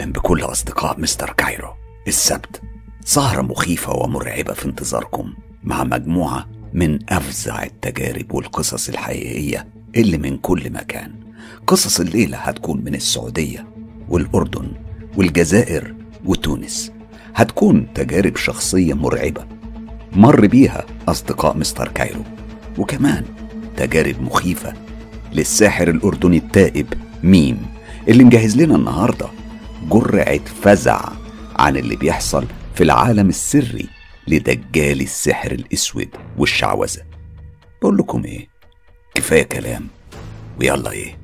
أهلا بكل أصدقاء مستر كايرو. السبت سهرة مخيفة ومرعبة في انتظاركم مع مجموعة من أفزع التجارب والقصص الحقيقية اللي من كل مكان. قصص الليلة هتكون من السعودية والأردن والجزائر وتونس. هتكون تجارب شخصية مرعبة مر بيها أصدقاء مستر كايرو، وكمان تجارب مخيفة للساحر الأردني التائب ميم اللي مجهز لنا النهاردة جرعة فزع عن اللي بيحصل في العالم السري لدجال السحر الأسود والشعوذة. بقول لكم ايه، كفاية كلام ويلا ايه،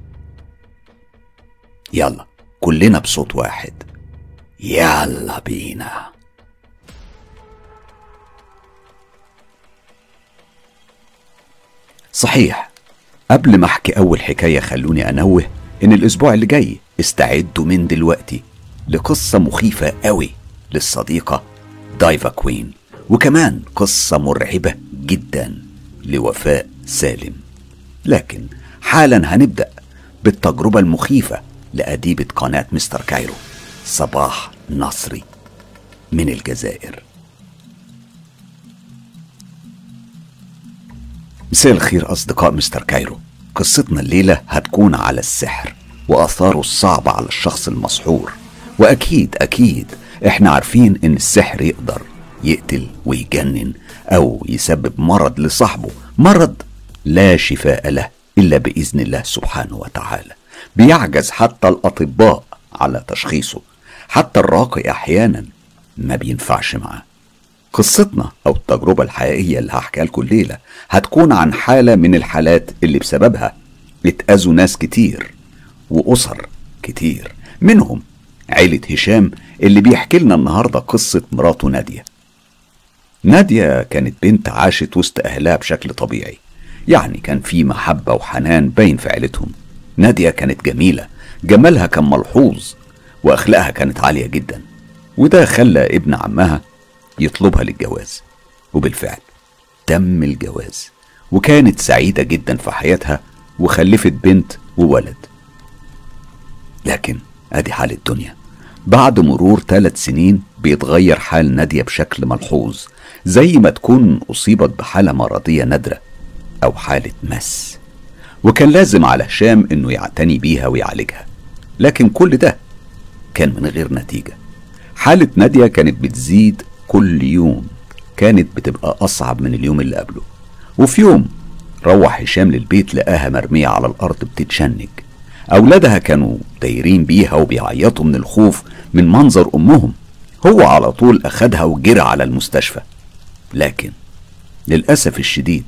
يلا كلنا بصوت واحد، يلا بينا. صحيح، قبل ما احكي اول حكاية خلوني انوه ان الاسبوع اللي جاي استعدوا من دلوقتي لقصة مخيفة قوي للصديقة دايفا كوين، وكمان قصة مرعبة جدا لوفاء سالم. لكن حالا هنبدأ بالتجربة المخيفة لأديبة قناة مستر كايرو صباح نصري من الجزائر. مساء الخير أصدقاء مستر كايرو. قصتنا الليلة هتكون على السحر وأثاره الصعبة على الشخص المسحور. وأكيد إحنا عارفين إن السحر يقدر يقتل ويجنن أو يسبب مرض لصاحبه، مرض لا شفاء له إلا بإذن الله سبحانه وتعالى. بيعجز حتى الأطباء على تشخيصه، حتى الراقي أحيانا ما بينفعش معاه. قصتنا أو التجربة الحقيقية اللي هحكيها لكم الليلة هتكون عن حالة من الحالات اللي بسببها اتأذوا ناس كتير وأسر كتير، منهم عيلة هشام اللي بيحكي لنا النهاردة قصة مراته نادية. نادية كانت بنت عاشت وسط أهلها بشكل طبيعي، يعني كان في محبة وحنان باين في عيلتهم. نادية كانت جميلة، جمالها كان ملحوظ وأخلاقها كانت عالية جدا، وده خلى ابن عمها يطلبها للجواز. وبالفعل تم الجواز، وكانت سعيدة جدا في حياتها وخلفت بنت وولد. لكن ادي حال الدنيا، بعد مرور 3 سنين بيتغير حال نادية بشكل ملحوظ، زي ما تكون أصيبت بحالة مرضية نادرة أو حالة مس، وكان لازم على هشام إنه يعتني بيها ويعالجها. لكن كل ده كان من غير نتيجة. حالة نادية كانت بتزيد كل يوم، كانت بتبقى أصعب من اليوم اللي قبله. وفي يوم روح هشام للبيت لقاها مرمية على الأرض بتتشنج. أولادها كانوا دايرين بيها وبيعيطوا من الخوف من منظر أمهم. هو على طول أخدها وجرى على المستشفى، لكن للأسف الشديد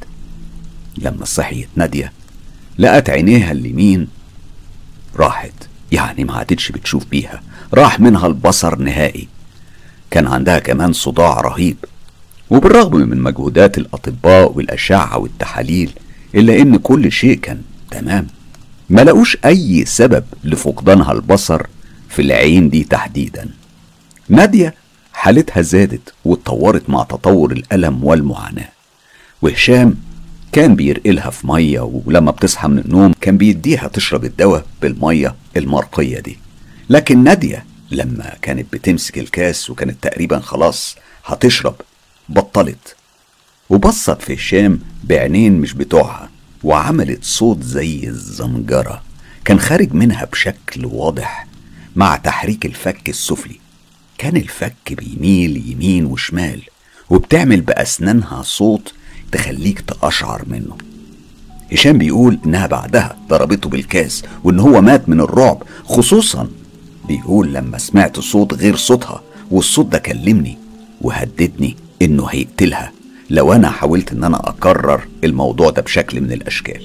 لما صحيت نادية لقت عينيها اليمين راحت، يعني ما عادتش بتشوف بيها، راح منها البصر نهائي. كان عندها كمان صداع رهيب، وبالرغم من مجهودات الأطباء والأشعة والتحاليل إلا إن كل شيء كان تمام، ما لقوش أي سبب لفقدانها البصر في العين دي تحديدا. نادية حالتها زادت واتطورت مع تطور الألم والمعاناة، وهشام كان بيرقلها في مية، ولما بتصحى من النوم كان بيديها تشرب الدواء بالمية المرقية دي. لكن نادية لما كانت بتمسك الكاس وكانت تقريبا خلاص هتشرب بطلت، وبصت في هشام بعينين مش بتوعها، وعملت صوت زي الزمجرة كان خارج منها بشكل واضح مع تحريك الفك السفلي. كان الفك بيميل يمين وشمال، وبتعمل بأسنانها صوت تخليك تقشعر منه. هشام بيقول انها بعدها ضربته بالكاس وان هو مات من الرعب، خصوصا بيقول لما سمعت صوت غير صوتها، والصوت ده كلمني وهددني انه هيقتلها لو انا حاولت ان انا اكرر الموضوع ده بشكل من الاشكال.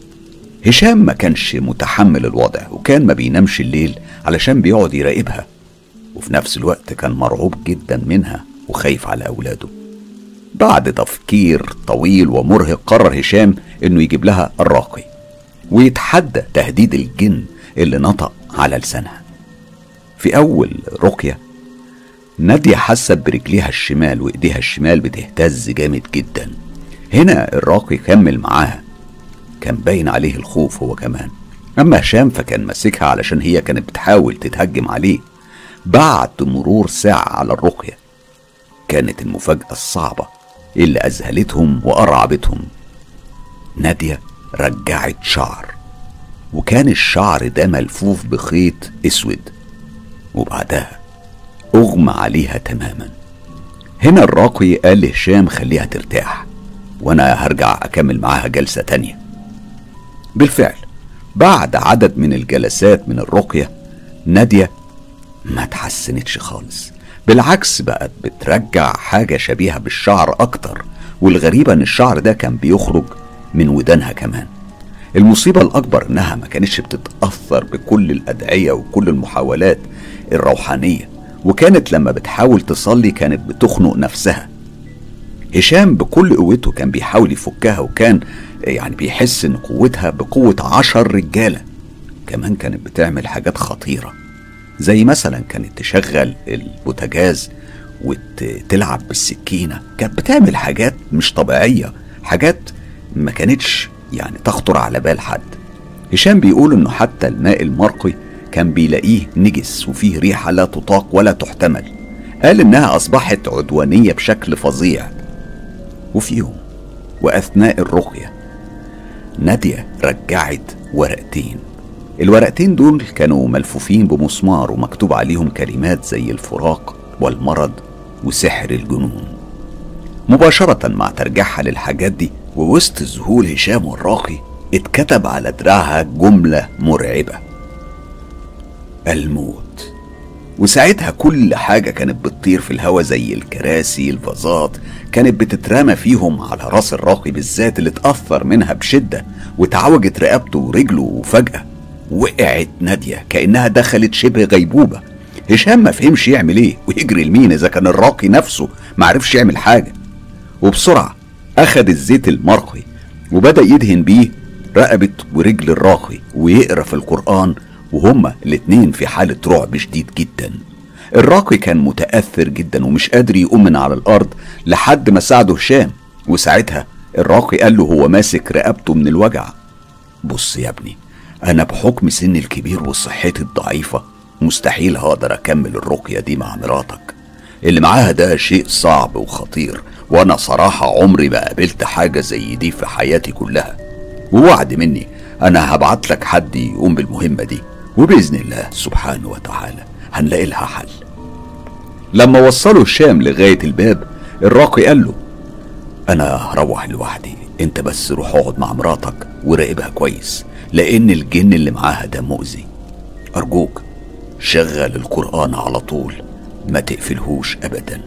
هشام ما كانش متحمل الوضع، وكان ما بينامش الليل علشان بيقعد يراقبها، وفي نفس الوقت كان مرعوب جدا منها وخايف على اولاده. بعد تفكير طويل ومرهق قرر هشام انه يجيب لها الراقي ويتحدى تهديد الجن اللي نطق على لسانها. في اول رقية نادية حست برجليها الشمال وايديها الشمال بتهتز جامد جدا. هنا الراقي كمل معاها، كان باين عليه الخوف هو كمان. اما هشام فكان ماسكها علشان هي كانت بتحاول تتهجم عليه، بعد مرور ساعة على الرقية كانت المفاجأة الصعبة اللي أذهلتهم وأرعبتهم. نادية رجعت شعر، وكان الشعر ده ملفوف بخيط اسود، وبعدها اغمى عليها تماما. هنا الراقي قال لهشام خليها ترتاح وانا هرجع اكمل معاها جلسة تانية. بالفعل بعد عدد من الجلسات من الرقية نادية ما تحسنتش خالص، بالعكس بقت بترجع حاجة شبيهة بالشعر اكتر، والغريبة ان الشعر ده كان بيخرج من ودانها كمان. المصيبة الأكبر إنها ما كانتش بتتأثر بكل الأدعية وكل المحاولات الروحانية، وكانت لما بتحاول تصلي كانت بتخنق نفسها. هشام بكل قوته كان بيحاول يفكها، وكان يعني بيحس إن قوتها بقوة 10 رجالة. كمان كانت بتعمل حاجات خطيرة، زي مثلا كانت تشغل البوتاجاز وتلعب بالسكينة. كانت بتعمل حاجات مش طبيعية، حاجات ما كانتش يعني تخطر على بال حد. هشام بيقول انه حتى الماء المرقي كان بيلاقيه نجس وفيه ريحة لا تطاق ولا تحتمل. قال انها اصبحت عدوانية بشكل فظيع. وفي يوم واثناء الرقية نادية رجعت ورقتين. الورقتين دول كانوا ملفوفين بمسمار ومكتوب عليهم كلمات زي الفراق والمرض وسحر الجنون. مباشرة مع ترجيعها للحاجات دي ووسط ذهول هشام والراقي اتكتب على دراعها جملة مرعبة: الموت. وساعتها كل حاجة كانت بتطير في الهوا، زي الكراسي، الفازات، كانت بتترمى فيهم على راس الراقي بالذات اللي اتأثر منها بشدة وتعوجت رقبته ورجله. وفجأة وقعت نادية كأنها دخلت شبه غيبوبة. هشام ما فهمش يعمل ايه ويجري لمين اذا كان الراقي نفسه معرفش يعمل حاجة. وبسرعة أخد الزيت المرقي وبدأ يدهن بيه رقبة ورجل الراقي ويقرأ في القرآن، وهما الاتنين في حالة رعب شديد جدا. الراقي كان متأثر جدا ومش قادر يقوم من على الأرض لحد ما ساعده هشام. وساعتها الراقي قال له هو ماسك رقبته من الوجع: بص يا ابني، أنا بحكم سني الكبير وصحتي الضعيفة مستحيل هقدر أكمل الرقية دي مع مراتك. اللي معاها ده شيء صعب وخطير، وانا صراحة عمري ما قابلت حاجة زي دي في حياتي كلها. ووعد مني انا هبعت لك حد يقوم بالمهمة دي، وبإذن الله سبحانه وتعالى هنلاقي لها حل. لما وصلوا هشام لغاية الباب الراقي قال له: انا هروح لوحدي، انت بس روح اقعد مع مراتك وراقبها كويس، لان الجن اللي معاها ده مؤذي. ارجوك شغل القرآن على طول، ما تقفلهوش ابدا.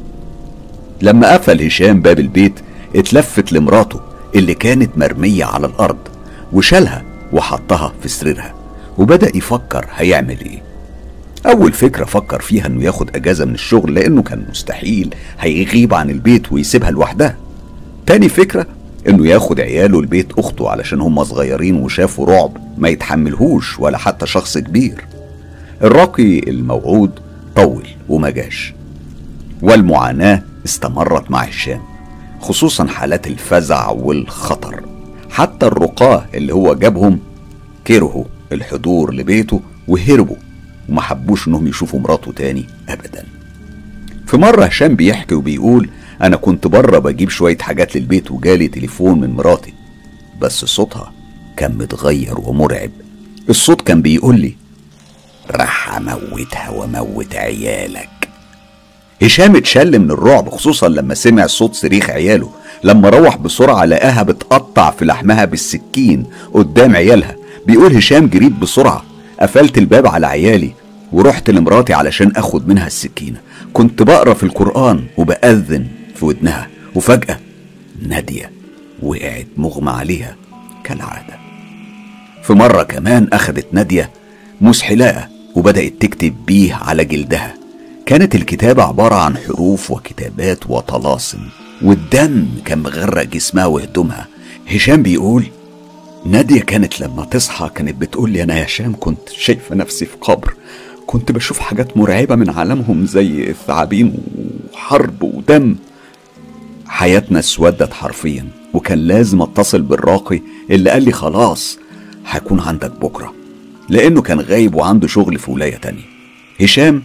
لما قفل هشام باب البيت اتلفت لمراته اللي كانت مرمية على الارض وشالها وحطها في سريرها، وبدأ يفكر هيعمل ايه. اول فكرة فكر فيها انه ياخد اجازة من الشغل، لانه كان مستحيل هيغيب عن البيت ويسيبها لوحدها. تاني فكرة انه ياخد عياله لبيت اخته علشان هم صغيرين وشافوا رعب ما يتحملهوش ولا حتى شخص كبير. الراقي الموعود طول وما جاش، والمعاناة استمرت مع هشام، خصوصا حالات الفزع والخطر. حتى الرقاة اللي هو جابهم كرهوا الحضور لبيته وهربوا وما حبوش انهم يشوفوا مراته تاني ابدا. في مرة هشام بيحكي وبيقول: انا كنت بره بجيب شوية حاجات للبيت وجالي تليفون من مراتي، بس صوتها كان متغير ومرعب. الصوت كان بيقول لي: راح اموتها واموت عيالك. هشام اتشل من الرعب، خصوصا لما سمع صوت صريخ عياله. لما روح بسرعة لقاها بتقطع في لحمها بالسكين قدام عيالها. بيقول هشام: جريت بسرعة، قفلت الباب على عيالي ورحت لمراتي علشان اخد منها السكينة. كنت بقرا في القرآن وبأذن في ودنها، وفجأة نادية وقعت مغمى عليها كالعادة. في مرة كمان اخدت نادية مسحلاء وبدأت تكتب بيه على جلدها. كانت الكتابة عبارة عن حروف وكتابات وطلاسم، والدم كان مغرق جسمها وهدومها. هشام بيقول: نادية كانت لما تصحى كانت بتقول لي: أنا يا هشام كنت شايفة نفسي في قبر، كنت بشوف حاجات مرعبة من عالمهم زي الثعابين وحرب ودم. حياتنا اسودت حرفيا، وكان لازم اتصل بالراقي اللي قال لي خلاص هكون عندك بكرة، لأنه كان غايب وعنده شغل في ولاية تانية. هشام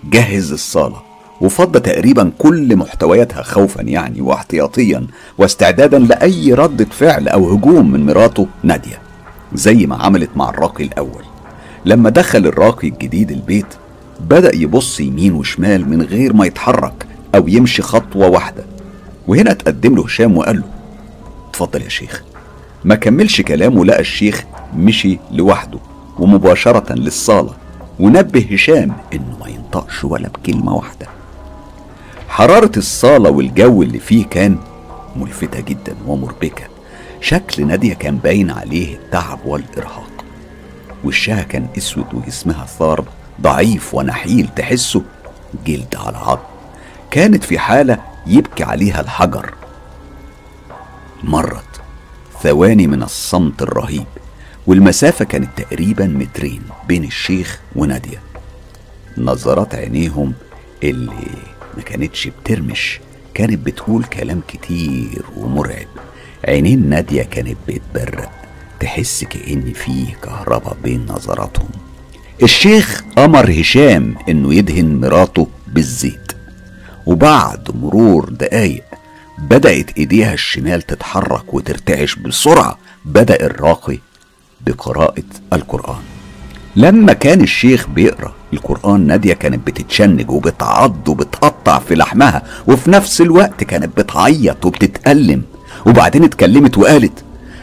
جهز الصالة وفض تقريبا كل محتوياتها خوفا يعني واحتياطيا واستعدادا لأي ردة فعل أو هجوم من مراته نادية، زي ما عملت مع الراقي الأول. لما دخل الراقي الجديد البيت بدأ يبص يمين وشمال من غير ما يتحرك أو يمشي خطوة واحدة. وهنا تقدم له هشام وقال له اتفضل يا شيخ. ما كملش كلامه لقى الشيخ مشي لوحده ومباشرة للصالة، ونبه هشام انه ما ينطقش ولا بكلمة واحدة. حرارة الصالة والجو اللي فيه كان ملفتة جدا ومربكة. شكل نادية كان باين عليه التعب والإرهاق، وشها كان اسود وجسمها ثار ضعيف ونحيل تحسه جلد على عظم. كانت في حالة يبكي عليها الحجر. مرت ثواني من الصمت الرهيب، والمسافة كانت تقريبا 2 متر بين الشيخ ونادية. نظرات عينيهم اللي ما كانتش بترمش كانت بتقول كلام كتير ومرعب. عينين نادية كانت بتبرق، تحس كأن فيه كهرباء بين نظراتهم. الشيخ أمر هشام إنه يدهن مراته بالزيت، وبعد مرور دقايق بدأت إيديها الشمال تتحرك وترتعش بسرعة. بدأ الراقي بقراءة القرآن. لما كان الشيخ بيقرأ القرآن نادية كانت بتتشنج وبتعض وبتقطع في لحمها، وفي نفس الوقت كانت بتعيط وبتتألم. وبعدين اتكلمت وقالت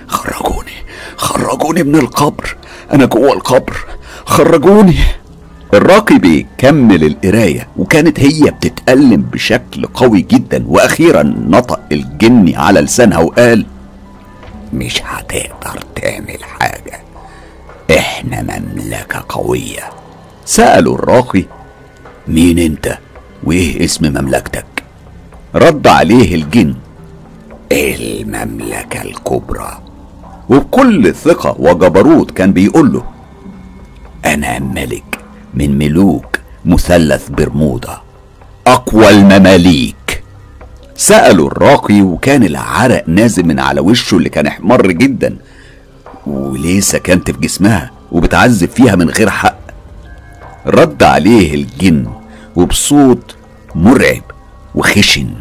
خرجوني من القبر، أنا جوه القبر، خرجوني. الراقي بيكمل القراية وكانت هي بتتألم بشكل قوي جدا، وأخيرا نطق الجني على لسانها وقال مش هتقدر تعمل حاجة، احنا مملكة قوية. سألوا الراقي مين انت وايه اسم مملكتك؟ رد عليه الجن المملكة الكبرى. وبكل ثقة وجبروت كان بيقول له انا ملك من ملوك مثلث برمودا، اقوى المماليك. سألوا الراقي وكان العرق نازل من على وشه اللي كان احمر جدا، وليه سكنت في جسمها وبتعذب فيها من غير حق؟ رد عليه الجن وبصوت مرعب وخشن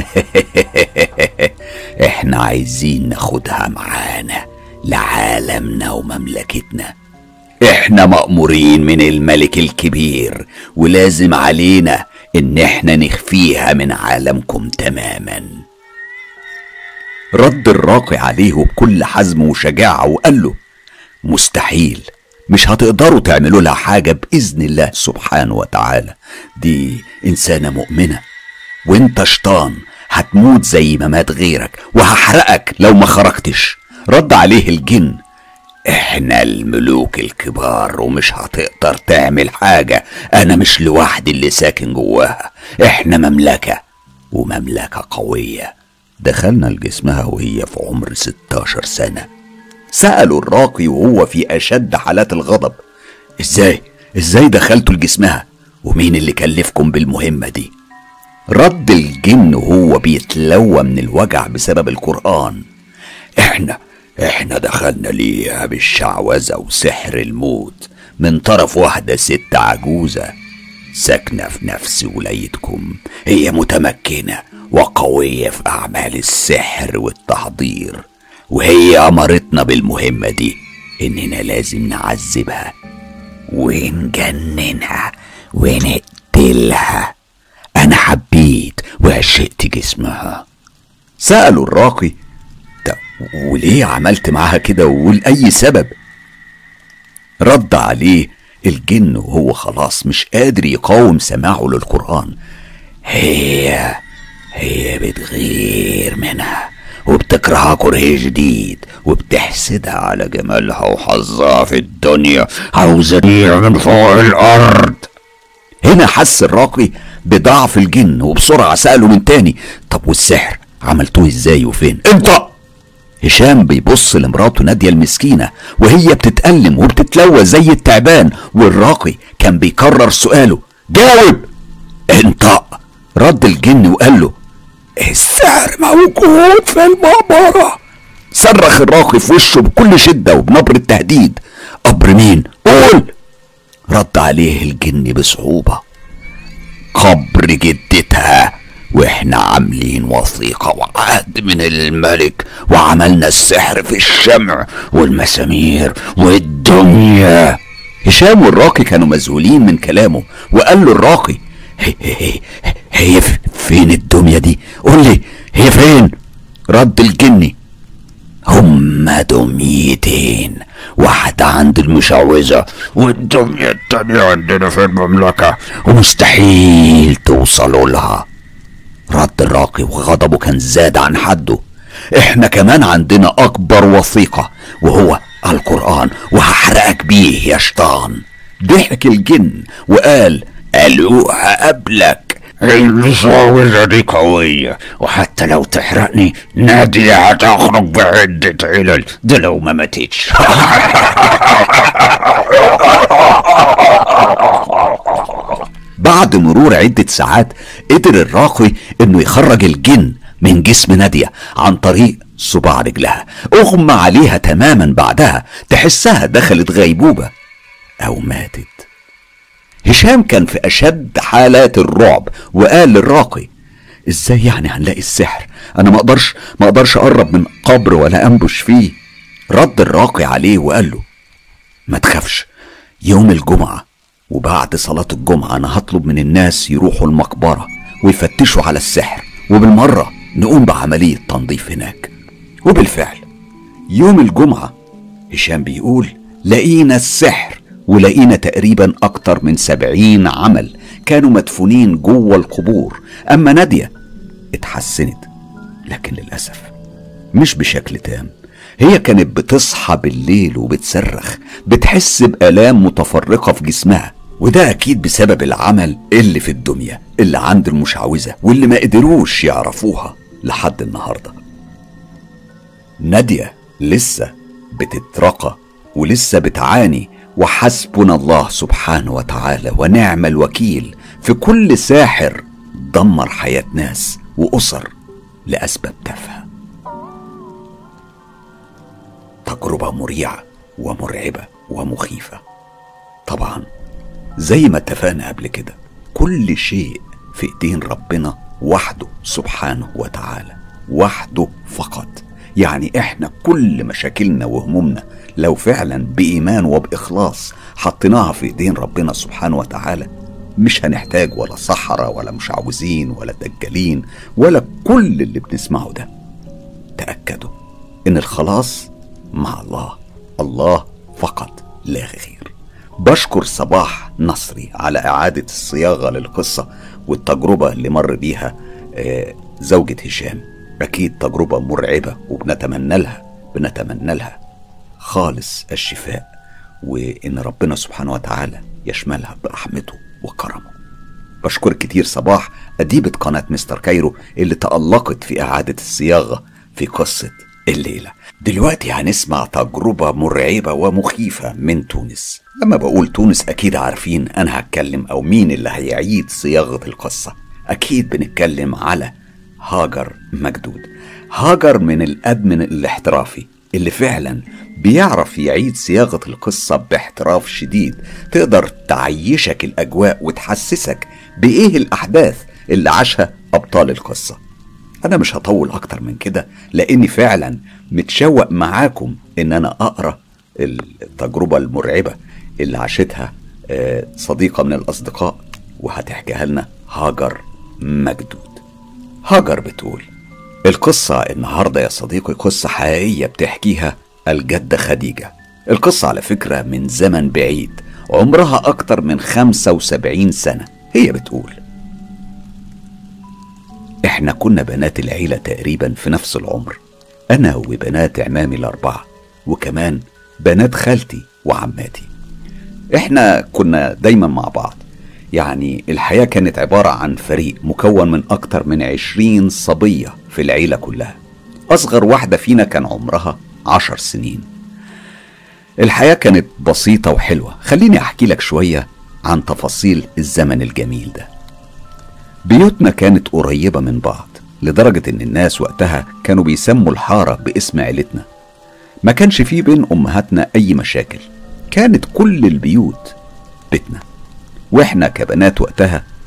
احنا عايزين ناخدها معانا لعالمنا ومملكتنا، احنا مأمورين من الملك الكبير ولازم علينا ان احنا نخفيها من عالمكم تماما. رد الراقي عليه بكل حزم وشجاعة وقال له مستحيل، مش هتقدروا تعملوا لها حاجة بإذن الله سبحانه وتعالى، دي إنسانة مؤمنة، وانت شيطان هتموت زي ما مات غيرك وهحرقك لو ما خرجتش. رد عليه الجن احنا الملوك الكبار ومش هتقدر تعمل حاجة، انا مش لوحدي اللي ساكن جواها، احنا مملكة ومملكة قوية. دخلنا لجسمها وهي في عمر 16 سنة. سألوا الراقي وهو في أشد حالات الغضب ازاي دخلتوا لجسمها ومين اللي كلفكم بالمهمة دي؟ رد الجن وهو بيتلوى من الوجع بسبب القرآن احنا دخلنا ليها بالشعوذة وسحر الموت من طرف واحدة ست عجوزة ساكنة في نفس ولايتكم، هي متمكنة وقوية في أعمال السحر والتحضير، وهي أمرتنا بالمهمة دي إننا لازم نعذبها ونجننها ونقتلها. أنا حبيت وعشقت جسمها. سألوا الراقي وليه عملت معاها كده ولأي سبب؟ رد عليه الجن وهو خلاص مش قادر يقاوم سماعه للقرآن هي بتغير منها وبتكرهها كره جديد وبتحسدها على جمالها وحظها في الدنيا، عاوزة تضيع من فوق الأرض. هنا حس الراقي بضعف الجن وبسرعة سأله من تاني طب والسحر عملتوه ازاي وفين؟ انت هشام بيبص لمراته نادية المسكينة وهي بتتألم وبتتلوى زي التعبان، والراقي كان بيكرر سؤاله جاوب. انطق. رد الجن وقال له السحر موجود في المقبرة. صرخ الراقي في وشه بكل شدة وبنبرة تهديد قبر مين؟ قول. رد عليه الجن بصعوبة قبر جدتها، واحنا عاملين وثيقة وعهد من الملك، وعملنا السحر في الشمع والمسامير والدنيا. هشام والراقي كانوا مذهولين من كلامه، وقال له الراقي: هي فين الدمية دي؟ قول لي هي فين؟ رد الجني: هما دميتين، واحدة عند المشعوذة والدمية التانية عندنا في المملكة، ومستحيل توصلوا لها. رد الراقي وغضبه كان زاد عن حده: احنا كمان عندنا اكبر وثيقة، وهو القرآن، وهحرقك بيه يا شيطان. ضحك الجن وقال: قالوها قبلك، المشعوذة دي قوية، وحتى لو تحرقني نادية هتخرج بعدة علل، ده لو ما ماتتش. بعد مرور عدة ساعات قدر الراقي انه يخرج الجن من جسم نادية عن طريق صباع رجلها. اغمى عليها تماما، بعدها تحسها دخلت غيبوبة او ماتت. هشام كان في اشد حالات الرعب، وقال للراقي: ازاي يعني هنلاقي السحر؟ انا ما اقدرش اقرب من قبر ولا انبش فيه. رد الراقي عليه وقال له: ما تخافش، يوم الجمعة وبعد صلاة الجمعة انا هطلب من الناس يروحوا المقبرة ويفتشوا على السحر، وبالمرة نقوم بعملية تنظيف هناك. وبالفعل يوم الجمعة هشام بيقول لقينا السحر، ولقينا تقريبا اكتر من 70 عمل كانوا مدفونين جوه القبور. اما نادية اتحسنت، لكن للأسف مش بشكل تام. هي كانت بتصحى بالليل وبتصرخ، بتحس بآلام متفرقة في جسمها، وده أكيد بسبب العمل اللي في الدمية اللي عند المشعوذة، واللي ما قدروش يعرفوها لحد النهاردة. نادية لسه بتترقى ولسه بتعاني، وحسبنا الله سبحانه وتعالى ونعم الوكيل في كل ساحر دمر حياة ناس وأسر لأسباب تافهة. تجربة مريعة ومرعبة ومخيفة. طبعا زي ما اتفقنا قبل كده، كل شيء في ايدين ربنا وحده سبحانه وتعالى، وحده فقط. يعني احنا كل مشاكلنا وهمومنا لو فعلا بإيمان وبإخلاص حطيناها في ايدين ربنا سبحانه وتعالى، مش هنحتاج ولا سحرة ولا مشعوذين ولا دجالين ولا كل اللي بنسمعه ده. تأكدوا ان الخلاص مع الله، الله فقط لا غير. بشكر صباح نصري على إعادة الصياغة للقصة والتجربة اللي مر بيها زوجة هشام. أكيد تجربة مرعبة، وبنتمنى لها خالص الشفاء، وإن ربنا سبحانه وتعالى يشملها برحمته وكرمه. بشكر كتير صباح أديبة قناة مستر كايرو اللي تألقت في إعادة الصياغة في قصة الليلة. دلوقتي هنسمع تجربة مرعبة ومخيفة من تونس. لما بقول تونس أكيد عارفين أنا هتكلم أو مين اللي هيعيد صياغة القصة. أكيد بنتكلم على هاجر مجدود. هاجر من الأدمن الاحترافي اللي فعلا بيعرف يعيد صياغة القصة باحتراف شديد، تقدر تعيشك الأجواء وتحسسك بإيه الأحداث اللي عاشها أبطال القصة. أنا مش هطول أكتر من كده، لأني فعلا متشوق معاكم إن أنا أقرأ التجربة المرعبة اللي عاشتها صديقة من الأصدقاء، وهتحكيها لنا هاجر مجدود. هاجر بتقول: القصة النهاردة يا صديقي قصة حقيقية بتحكيها الجدة خديجة. القصة على فكرة من زمن بعيد، عمرها أكتر من 75 سنة. هي بتقول: احنا كنا بنات العيلة تقريبا في نفس العمر، انا وبنات عمامي الاربعة، وكمان بنات خالتي وعماتي. احنا كنا دايما مع بعض، يعني الحياة كانت عبارة عن فريق مكون من اكتر من 20 صبية في العيلة كلها. اصغر واحدة فينا كان عمرها 10 سنين. الحياة كانت بسيطة وحلوة. خليني احكي لك شوية عن تفاصيل الزمن الجميل ده. بيوتنا كانت قريبة من بعض لدرجة ان الناس وقتها كانوا بيسموا الحارة باسم عيلتنا. ما كانش فيه بين امهاتنا اي مشاكل، كانت كل البيوت بيتنا. واحنا كبنات وقتها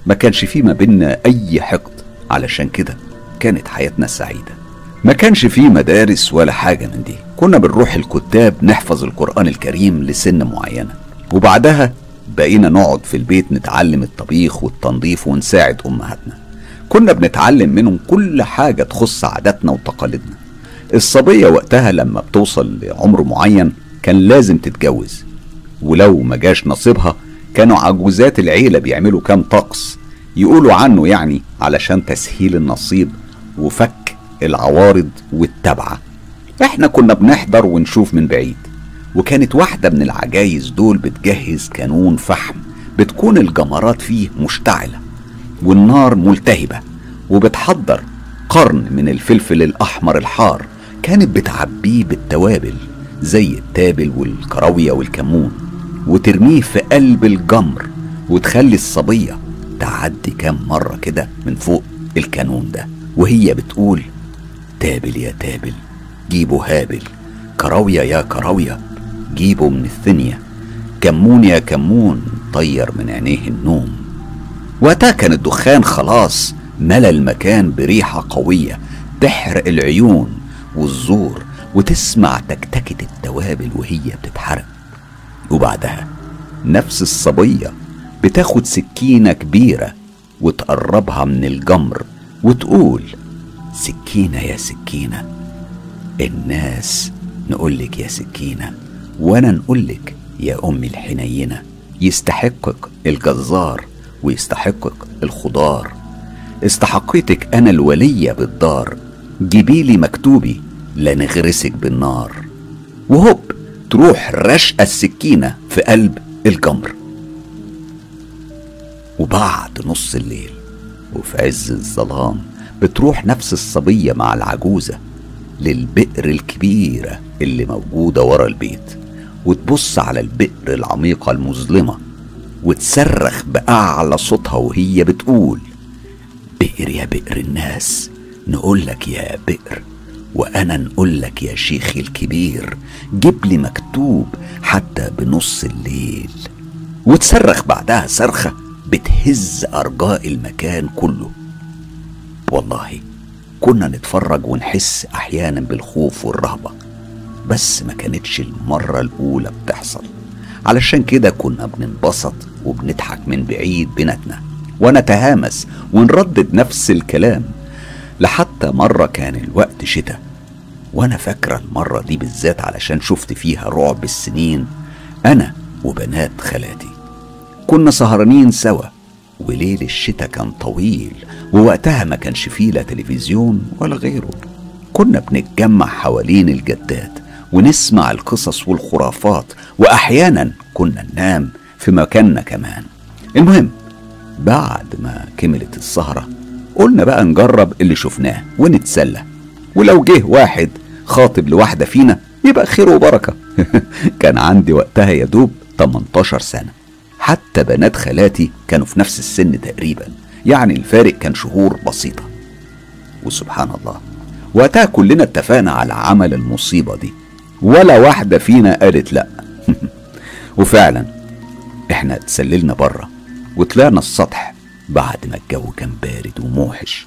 ما كانش فيه ما بيننا أي حقد، علشان كده كانت حياتنا سعيدة. ما كانش فيه مدارس ولا حاجة من دي، كنا بنروح الكتاب نحفظ القرآن الكريم لسن معينة، وبعدها بقينا نقعد في البيت نتعلم الطبيخ والتنظيف ونساعد أمهاتنا. كنا بنتعلم منهم كل حاجة تخص عاداتنا وتقاليدنا. الصبية وقتها لما بتوصل لعمر معين كان لازم تتجوز، ولو ما جاش نصيبها كانوا عجوزات العيلة بيعملوا كام طقس يقولوا عنه يعني علشان تسهيل النصيب وفك العوارض والتبعة. احنا كنا بنحضر ونشوف من بعيد، وكانت واحدة من العجايز دول بتجهز كانون فحم بتكون الجمرات فيه مشتعلة والنار ملتهبة، وبتحضر قرن من الفلفل الأحمر الحار كانت بتعبيه بالتوابل زي التابل والكراوية والكمون، وترميه في قلب الجمر، وتخلي الصبية تعدي كام مرة كده من فوق الكانون ده وهي بتقول: تابل يا تابل جيبوا هابل، كراوية يا كراوية جيبوا من الثنية، كمون يا كمون طير من عينيه النوم. وقتها كان الدخان خلاص ملا المكان بريحة قوية تحرق العيون والزور، وتسمع تكتكة التوابل وهي بتتحرق. وبعدها نفس الصبية بتاخد سكينة كبيرة وتقربها من الجمر وتقول: سكينة يا سكينة، الناس نقولك يا سكينة، وانا نقولك يا امي الحنينة، يستحقك الجزار ويستحقك الخضار، استحقيتك انا الولية بالدار، جيبيلي مكتوبي لا نغرسك بالنار. وهوب تروح رشقة السكينة في قلب الجمر. وبعد نص الليل وفي عز الظلام بتروح نفس الصبية مع العجوزة للبئر الكبيرة اللي موجودة ورا البيت، وتبص على البئر العميقة المظلمة وتصرخ بأعلى صوتها وهي بتقول: بئر يا بئر الناس، نقولك يا بئر وأنا نقولك يا شيخي الكبير، جيب لي مكتوب حتى بنص الليل. وتصرخ بعدها صرخة بتهز أرجاء المكان كله. والله كنا نتفرج ونحس أحيانا بالخوف والرهبة، بس ما كانتش المرة الأولى بتحصل، علشان كده كنا بننبسط وبنضحك من بعيد بيناتنا ونتهامس ونردد نفس الكلام. لحتى مرة كان الوقت شتاء، وانا فاكرة المرة دي بالذات علشان شفت فيها رعب السنين. انا وبنات خالاتي كنا سهرانين سوا، وليل الشتاء كان طويل، ووقتها ما كانش فيه لا تلفزيون ولا غيره. كنا بنتجمع حوالين الجدات ونسمع القصص والخرافات، واحيانا كنا ننام في مكاننا كمان. المهم بعد ما كملت السهرة قلنا بقى نجرب اللي شفناه ونتسلى، ولو جه واحد خاطب لواحدة فينا يبقى خير وبركة. كان عندي وقتها يدوب 18 سنة، حتى بنات خالاتي كانوا في نفس السن تقريبا، يعني الفارق كان شهور بسيطة. وسبحان الله وقتها كلنا اتفقنا على عمل المصيبة دي، ولا واحدة فينا قالت لا. وفعلا احنا اتسللنا بره وطلعنا السطح بعد ما الجو كان بارد وموحش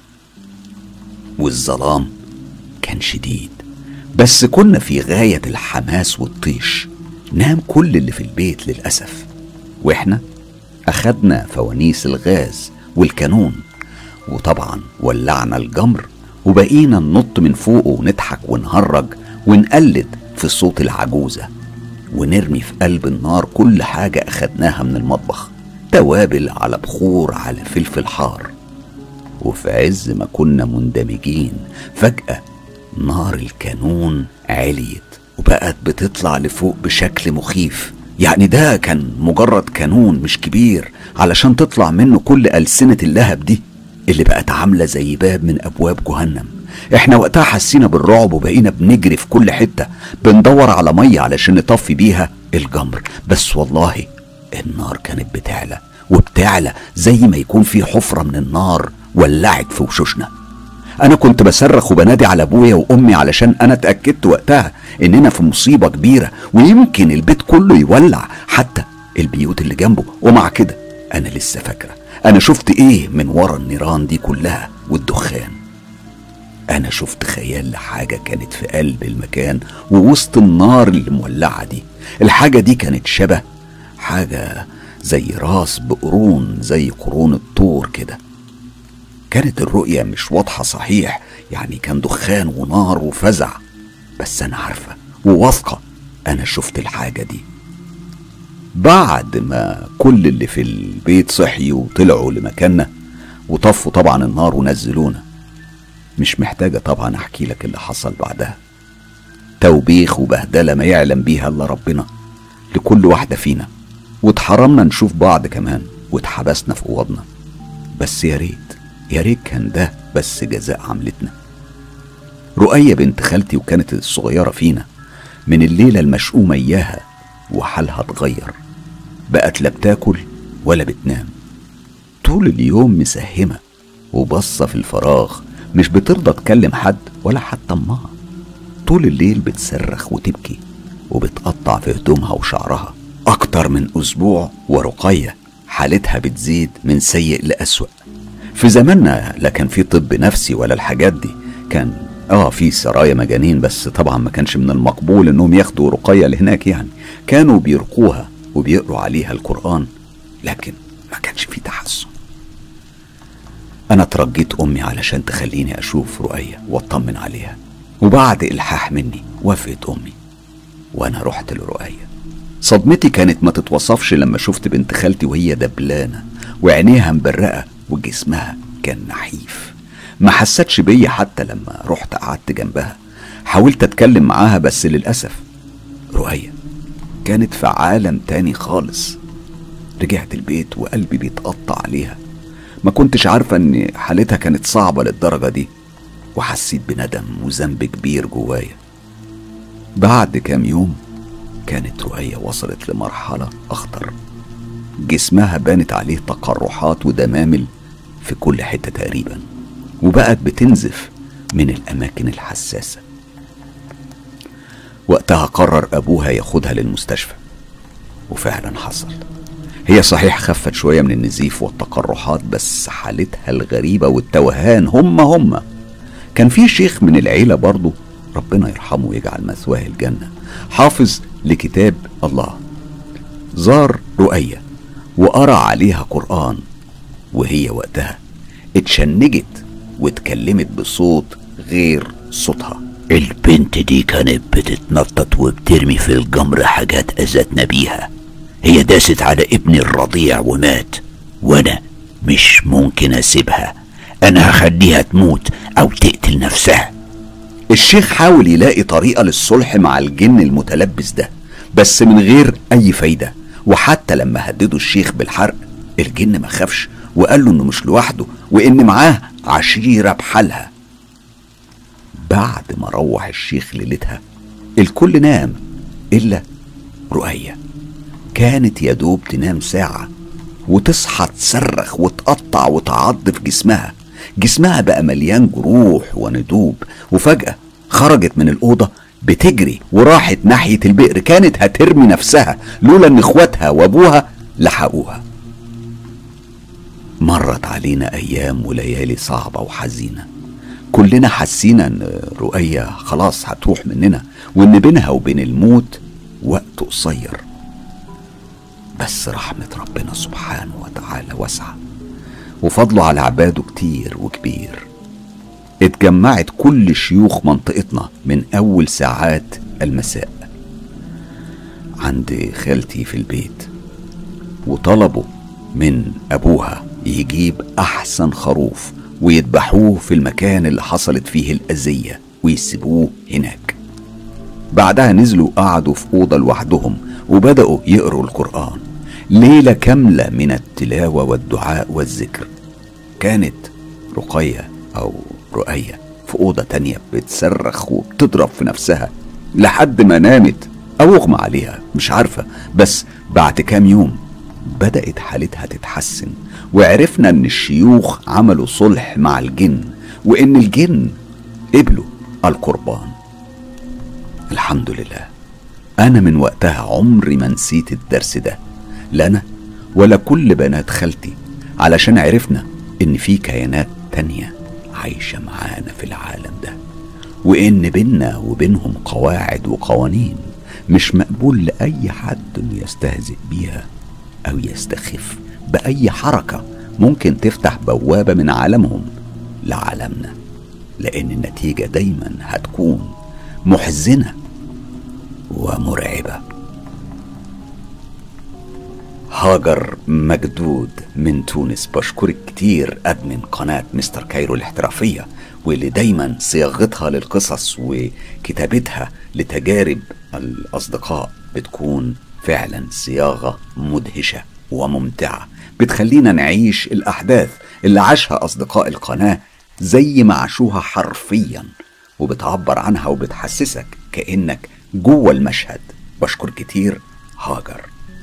والظلام كان شديد، بس كنا في غاية الحماس والطيش. نام كل اللي في البيت للأسف، واحنا أخدنا فوانيس الغاز والكانون، وطبعا ولعنا الجمر وبقينا ننط من فوقه ونضحك ونهرج ونقلد في صوت العجوزة، ونرمي في قلب النار كل حاجة أخدناها من المطبخ، توابل على بخور على فلفل حار. وفي عز ما كنا مندمجين فجأة نار الكانون عليت وبقت بتطلع لفوق بشكل مخيف. يعني ده كان مجرد كانون مش كبير علشان تطلع منه كل ألسنة اللهب دي اللي بقت عاملة زي باب من أبواب جهنم. احنا وقتها حسينا بالرعب وبقينا بنجري في كل حتة بندور على مية علشان نطفي بيها الجمر. بس والله النار كانت بتعلى وبتعلى زي ما يكون في حفرة من النار ولعت في وشوشنا. انا كنت بصرخ وبنادي على ابويا وامي علشان انا اتأكدت وقتها اننا في مصيبة كبيرة ويمكن البيت كله يولع، حتى البيوت اللي جنبه. ومع كده انا لسه فاكرة أنا شفت إيه من ورا النيران دي كلها والدخان؟ أنا شفت خيال لحاجة كانت في قلب المكان ووسط النار اللي مولعة دي. الحاجة دي كانت شبه حاجة زي راس بقرون، زي قرون الطور كده. كانت الرؤية مش واضحة صحيح، يعني كان دخان ونار وفزع، بس أنا عارفة وواثقة أنا شفت الحاجة دي. بعد ما كل اللي في البيت صحيوا وطلعوا لمكاننا وطفوا طبعا النار ونزلونا، مش محتاجة طبعا أحكي لك اللي حصل بعدها. توبيخ وبهدلة ما يعلم بيها إلا ربنا لكل واحدة فينا، واتحرمنا نشوف بعض كمان، واتحبسنا في أوضنا. بس يا ريت كان ده بس جزاء عملتنا. رؤية بنت خالتي وكانت الصغيرة فينا، من الليلة المشؤومة إياها وحالها اتغير، بقت لا بتاكل ولا بتنام، طول اليوم مسهمة وبصة في الفراغ، مش بترضى تكلم حد ولا حتى امها. طول الليل بتصرخ وتبكي وبتقطع في هدومها وشعرها. اكتر من اسبوع ورقية حالتها بتزيد من سيء لأسوأ. في زماننا لا كان في طب نفسي ولا الحاجات دي، كان في سرايا مجانين، بس طبعا ما كانش من المقبول انهم ياخدوا رقية لهناك، يعني كانوا بيرقوها وبيقروا عليها القرآن، لكن ما كانش في تحسن. انا ترجيت امي علشان تخليني اشوف رؤية واطمن عليها، وبعد الحاح مني وافقت امي وانا رحت لرؤية. صدمتي كانت ما تتوصفش لما شفت بنت خالتي وهي دبلانة وعينيها مبرقة وجسمها كان نحيف. ما حستش بيا حتى لما رحت قعدت جنبها، حاولت اتكلم معاها بس للأسف رؤية كانت في عالم تاني خالص. رجعت البيت وقلبي بيتقطع عليها، ما كنتش عارفة ان حالتها كانت صعبة للدرجة دي، وحسيت بندم وذنب كبير جوايا. بعد كام يوم كانت رؤية وصلت لمرحلة أخطر، جسمها بانت عليه تقرحات ودمامل في كل حتة تقريبا، وبقت بتنزف من الأماكن الحساسة. وقتها قرر أبوها ياخدها للمستشفى، وفعلا حصل. هي صحيح خفت شوية من النزيف والتقرحات، بس حالتها الغريبة والتوهان هم. كان في شيخ من العيلة برضو، ربنا يرحمه ويجعل مثواه الجنة، حافظ لكتاب الله، زار رؤية وقرأ عليها قرآن، وهي وقتها اتشنجت واتكلمت بصوت غير صوتها. البنت دي كانت بتتنطط وبترمي في الجمر حاجات أذتنا بيها، هي داست على ابني الرضيع ومات، وانا مش ممكن اسيبها، انا هخليها تموت او تقتل نفسها. الشيخ حاول يلاقي طريقة للصلح مع الجن المتلبس ده، بس من غير اي فايدة. وحتى لما هددوا الشيخ بالحرق، الجن ما خافش وقال له انه مش لوحده وان معاه عشيرة بحالها. بعد ما روح الشيخ ليلتها الكل نام الا رؤية. كانت يدوب تنام ساعة وتصحى تصرخ وتقطع وتعض في جسمها بقى مليان جروح وندوب. وفجأة خرجت من الأوضة بتجري وراحت ناحية البئر، كانت هترمي نفسها لولا ان اخواتها وابوها لحقوها. مرت علينا ايام وليالي صعبة وحزينة، كلنا حسينا ان رؤية خلاص هتروح مننا وان بينها وبين الموت وقت قصير. بس رحمة ربنا سبحانه وتعالى واسعة، وفضله على عباده كتير وكبير. اتجمعت كل شيوخ منطقتنا من أول ساعات المساء عند خالتي في البيت، وطلبوا من أبوها يجيب أحسن خروف ويذبحوه في المكان اللي حصلت فيه الأذية ويسيبوه هناك. بعدها نزلوا قعدوا في أوضة لوحدهم وبدأوا يقروا القرآن، ليلة كاملة من التلاوة والدعاء والذكر. كانت رقية أو رؤية في أوضة تانية بتصرخ وبتضرب في نفسها لحد ما نامت أو اغمى عليها، مش عارفة. بس بعد كام يوم بدأت حالتها تتحسن، وعرفنا ان الشيوخ عملوا صلح مع الجن وان الجن قبلوا القربان. الحمد لله. انا من وقتها عمري ما نسيت الدرس ده، لا انا ولا كل بنات خالتي علشان عرفنا إن في كيانات تانية عايشة معانا في العالم ده، وإن بينا وبينهم قواعد وقوانين مش مقبول لأي حد إنه يستهزئ بيها أو يستخف بأي حركة ممكن تفتح بوابة من عالمهم لعالمنا، لأن النتيجة دايما هتكون محزنة ومرعبة. هاجر مجدود من تونس، بشكرك كتير أدمن قناة مستر كايرو الاحترافية، واللي دايما صياغتها للقصص وكتابتها لتجارب الأصدقاء بتكون فعلا صياغة مدهشة وممتعة، بتخلينا نعيش الأحداث اللي عاشها أصدقاء القناة زي ما عاشوها حرفيا، وبتعبر عنها وبتحسسك كأنك جوه المشهد. بشكر كتير هاجر.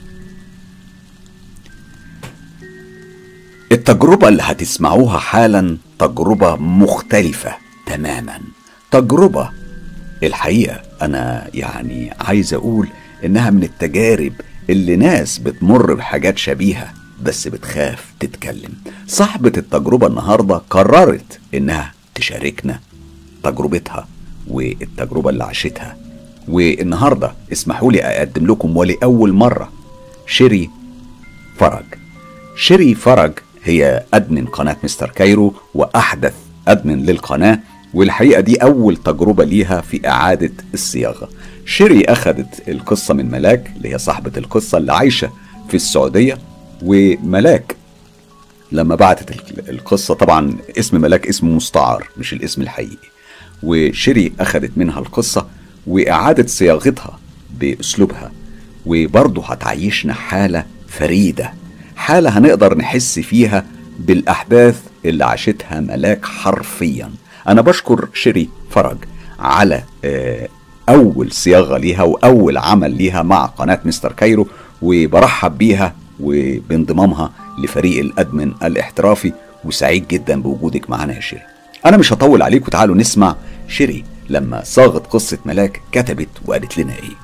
التجربة اللي هتسمعوها حالا تجربة مختلفة تماما، تجربة الحقيقة أنا يعني عايز أقول إنها من التجارب اللي ناس بتمر بحاجات شبيهة بس بتخاف تتكلم. صاحبة التجربة النهاردة قررت إنها تشاركنا تجربتها والتجربة اللي عاشتها، والنهاردة اسمحوا لي أقدم لكم ولأول مرة شيري فرج. شيري فرج هي أدمن قناة مستر كايرو وأحدث أدمن للقناة، والحقيقة دي أول تجربة ليها في إعادة الصياغة. شيري أخذت القصة من ملاك اللي هي صاحبة القصة اللي عايشة في السعودية، وملاك لما بعتت القصة، طبعا اسم ملاك اسم مستعار مش الاسم الحقيقي، وشيري أخذت منها القصة وإعادة صياغتها بأسلوبها، وبرضه هتعيشنا حالة فريدة، حالة هنقدر نحس فيها بالأحداث اللي عاشتها ملاك حرفيا. أنا بشكر شيري فرج على أول صياغة ليها وأول عمل ليها مع قناة مستر كايرو، وبرحب بيها وبانضمامها لفريق الأدمن الاحترافي، وسعيد جدا بوجودك معنا يا شيري. أنا مش هطول عليكم، تعالوا نسمع شيري لما صاغت قصة ملاك كتبت وقالت لنا إيه.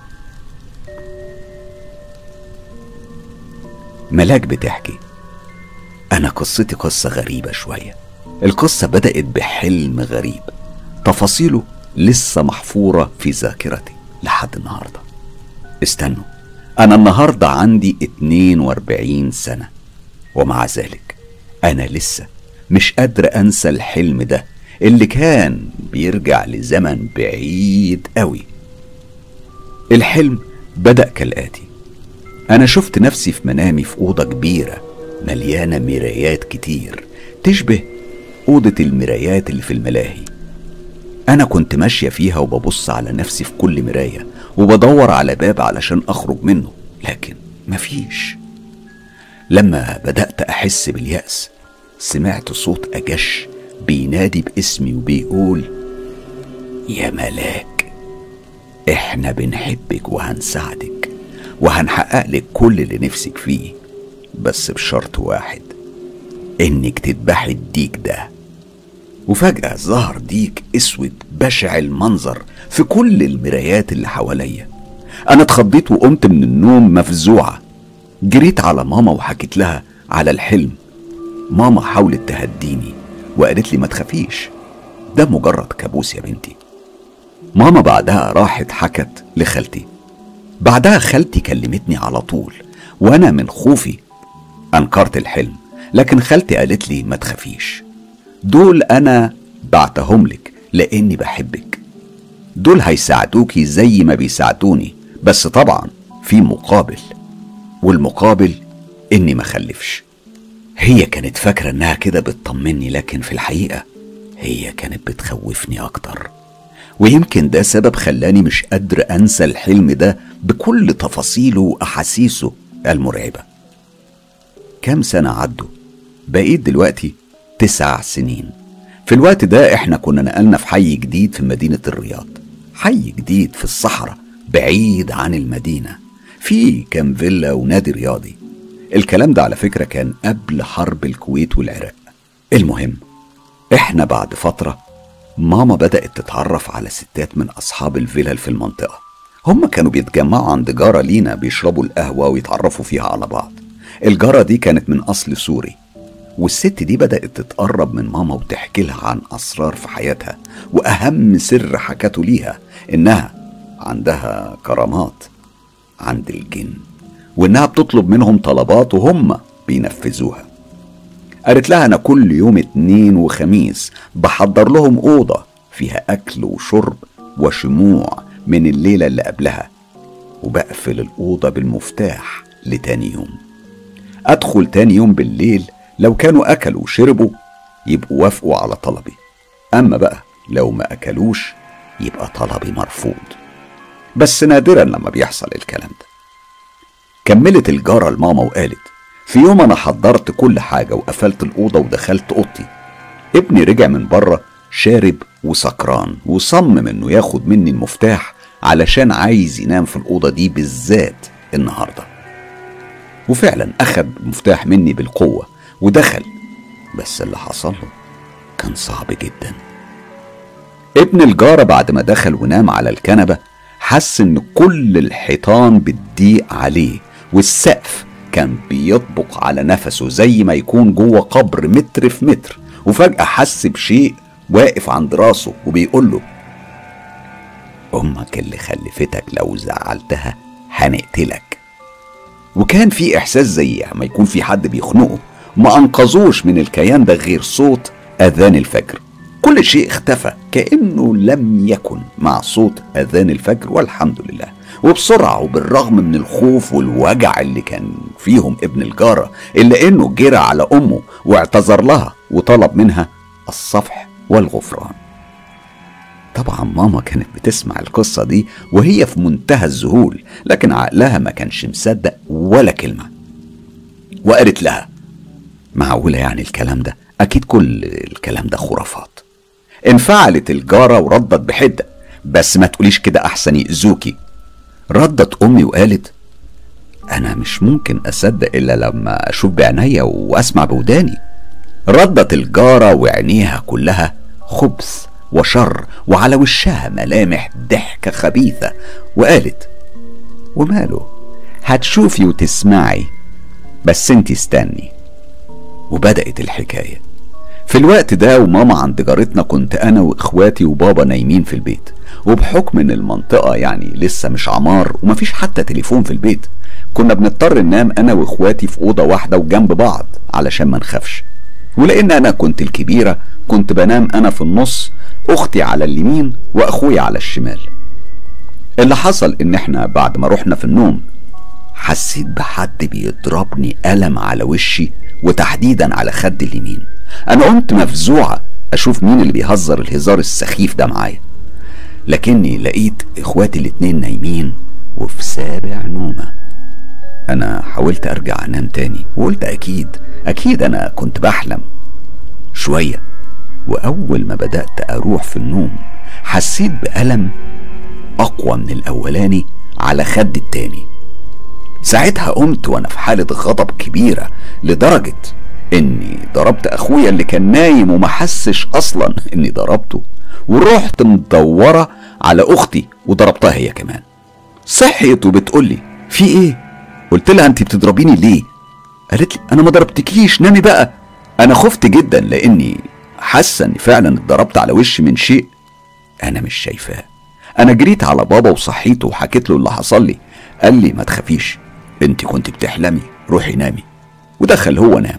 ملاك بتحكي: أنا قصتي قصة غريبة شوية. القصة بدأت بحلم غريب، تفاصيله لسه محفورة في ذاكرتي لحد النهاردة. استنوا، أنا النهاردة عندي 42 سنة، ومع ذلك أنا لسه مش قادر أنسى الحلم ده اللي كان بيرجع لزمن بعيد قوي. الحلم بدأ كالآتي: أنا شفت نفسي في منامي في أوضة كبيرة مليانة مرايات كتير تشبه أوضة المرايات اللي في الملاهي. أنا كنت ماشية فيها وببص على نفسي في كل مراية وبدور على باب علشان أخرج منه، لكن مفيش. لما بدأت أحس باليأس سمعت صوت أجش بينادي باسمي وبيقول: يا ملاك، إحنا بنحبك وهنساعدك وهنحقق لك كل اللي نفسك فيه، بس بشرط واحد، إنك تذبحي الديك ده. وفجأة ظهر ديك اسود بشع المنظر في كل المرايات اللي حواليا. انا اتخضيت وقمت من النوم مفزوعة، جريت على ماما وحكيت لها على الحلم. ماما حاولت تهديني وقالت لي: ما تخافيش، ده مجرد كابوس يا بنتي. ماما بعدها راحت حكت لخالتي، بعدها خالتي كلمتني على طول، وانا من خوفي انكرت الحلم، لكن خالتي قالت لي: ما تخافيش، دول أنا بعتهم لك لأني بحبك، دول هيساعدوكي زي ما بيساعدوني، بس طبعا في مقابل، والمقابل إني ما خلفش. هي كانت فاكرة إنها كده بتطمني، لكن في الحقيقة هي كانت بتخوفني أكتر، ويمكن ده سبب خلاني مش قادر أنسى الحلم ده بكل تفاصيله وأحاسيسه المرعبة. كام سنة عدوا، بقيت دلوقتي 9 سنين. في الوقت ده احنا كنا نقلنا في حي جديد في مدينة الرياض، حي جديد في الصحراء بعيد عن المدينة، فيه كام فيلا ونادي رياضي. الكلام ده على فكرة كان قبل حرب الكويت والعراق. المهم، احنا بعد فترة ماما بدأت تتعرف على ستات من أصحاب الفيلل في المنطقة. هم كانوا بيتجمعوا عند جارة لينا بيشربوا القهوة ويتعرفوا فيها على بعض. الجارة دي كانت من أصل سوري، والست دي بدأت تتقرب من ماما وتحكي لها عن أسرار في حياتها، وأهم سر حكته ليها إنها عندها كرامات عند الجن، وإنها بتطلب منهم طلبات وهم بينفذوها. قالت لها أنا كل يوم اثنين وخميس بحضر لهم أوضة فيها أكل وشرب وشموع من الليلة اللي قبلها، وبقفل الأوضة بالمفتاح لتاني يوم. أدخل تاني يوم بالليل، لو كانوا أكلوا وشربوا يبقوا وافقوا على طلبي، أما بقى لو ما أكلوش يبقى طلبي مرفوض، بس نادرا لما بيحصل الكلام ده. كملت الجارة لماما وقالت في يوم أنا حضرت كل حاجة وقفلت الأوضة ودخلت أوضتي، ابني رجع من بره شارب وسكران، وصمم إنه ياخد مني المفتاح علشان عايز ينام في الأوضة دي بالذات النهاردة، وفعلا أخد المفتاح مني بالقوة ودخل، بس اللي حصل له كان صعب جدا. ابن الجارة بعد ما دخل ونام على الكنبة حس إن كل الحيطان بتضيق عليه، والسقف كان بيطبق على نفسه زي ما يكون جوه قبر متر في متر، وفجأة حس بشيء واقف عند راسه وبيقول له أمك اللي خلفتك لو زعلتها هنقتلك. وكان في إحساس زي ما يكون في حد بيخنقه، ما أنقذوش من الكيان ده غير صوت أذان الفجر. كل شيء اختفى كأنه لم يكن مع صوت أذان الفجر، والحمد لله. وبسرعة وبالرغم من الخوف والوجع اللي كان فيهم ابن الجارة، إلا إنه جرى على أمه واعتذر لها وطلب منها الصفح والغفران. طبعا ماما كانت بتسمع القصة دي وهي في منتهى الذهول، لكن عقلها ما كانش مصدق ولا كلمة، وقالت لها معقولة يعني الكلام ده؟ أكيد كل الكلام ده خرافات. انفعلت الجارة وردت بحدة بس ما تقوليش كده أحسن يأذوكي. ردت أمي وقالت أنا مش ممكن أصدق إلا لما أشوف بعينيا وأسمع بوداني. ردت الجارة وعينيها كلها خبث وشر وعلى وشها ملامح ضحكة خبيثة، وقالت وماله، هتشوفي وتسمعي، بس انتي استني. وبدأت الحكاية. في الوقت ده وماما عند جارتنا كنت أنا وإخواتي وبابا نايمين في البيت، وبحكم إن المنطقة يعني لسه مش عمار ومفيش حتى تليفون في البيت، كنا بنضطر ننام أنا وإخواتي في أوضة واحدة وجنب بعض علشان ما نخافش. ولأن أنا كنت الكبيرة كنت بنام أنا في النص، أختي على اليمين وأخوي على الشمال. اللي حصل إن إحنا بعد ما رحنا في النوم حسيت بحد بيضربني ألم على وشي وتحديدا على خد اليمين. أنا قمت مفزوعة أشوف مين اللي بيهزر الهزار السخيف ده معايا، لكني لقيت إخواتي الاتنين نايمين وفي سابع نومة. أنا حاولت أرجع أنام تاني وقلت أكيد أنا كنت بحلم شوية، وأول ما بدأت أروح في النوم حسيت بألم أقوى من الأولاني على خد التاني. ساعتها قمت وأنا في حالة غضب كبيرة لدرجة إني ضربت أخويا اللي كان نايم وما حسش أصلا إني ضربته، ورحت مدورة على أختي وضربتها هي كمان. صحيت وبتقولي في إيه؟ قلت لها أنت بتضربيني ليه؟ قالت لي أنا ما ضربتكيش، نامي بقى. أنا خفت جدا لأني حاسة إني فعلا اتضربت على وشي من شيء أنا مش شايفاه. أنا جريت على بابا وصحيته وحكيت له اللي حصل لي. قال لي ما تخافيش، أنت كنت بتحلمي، روحي نامي. ودخل هو نام.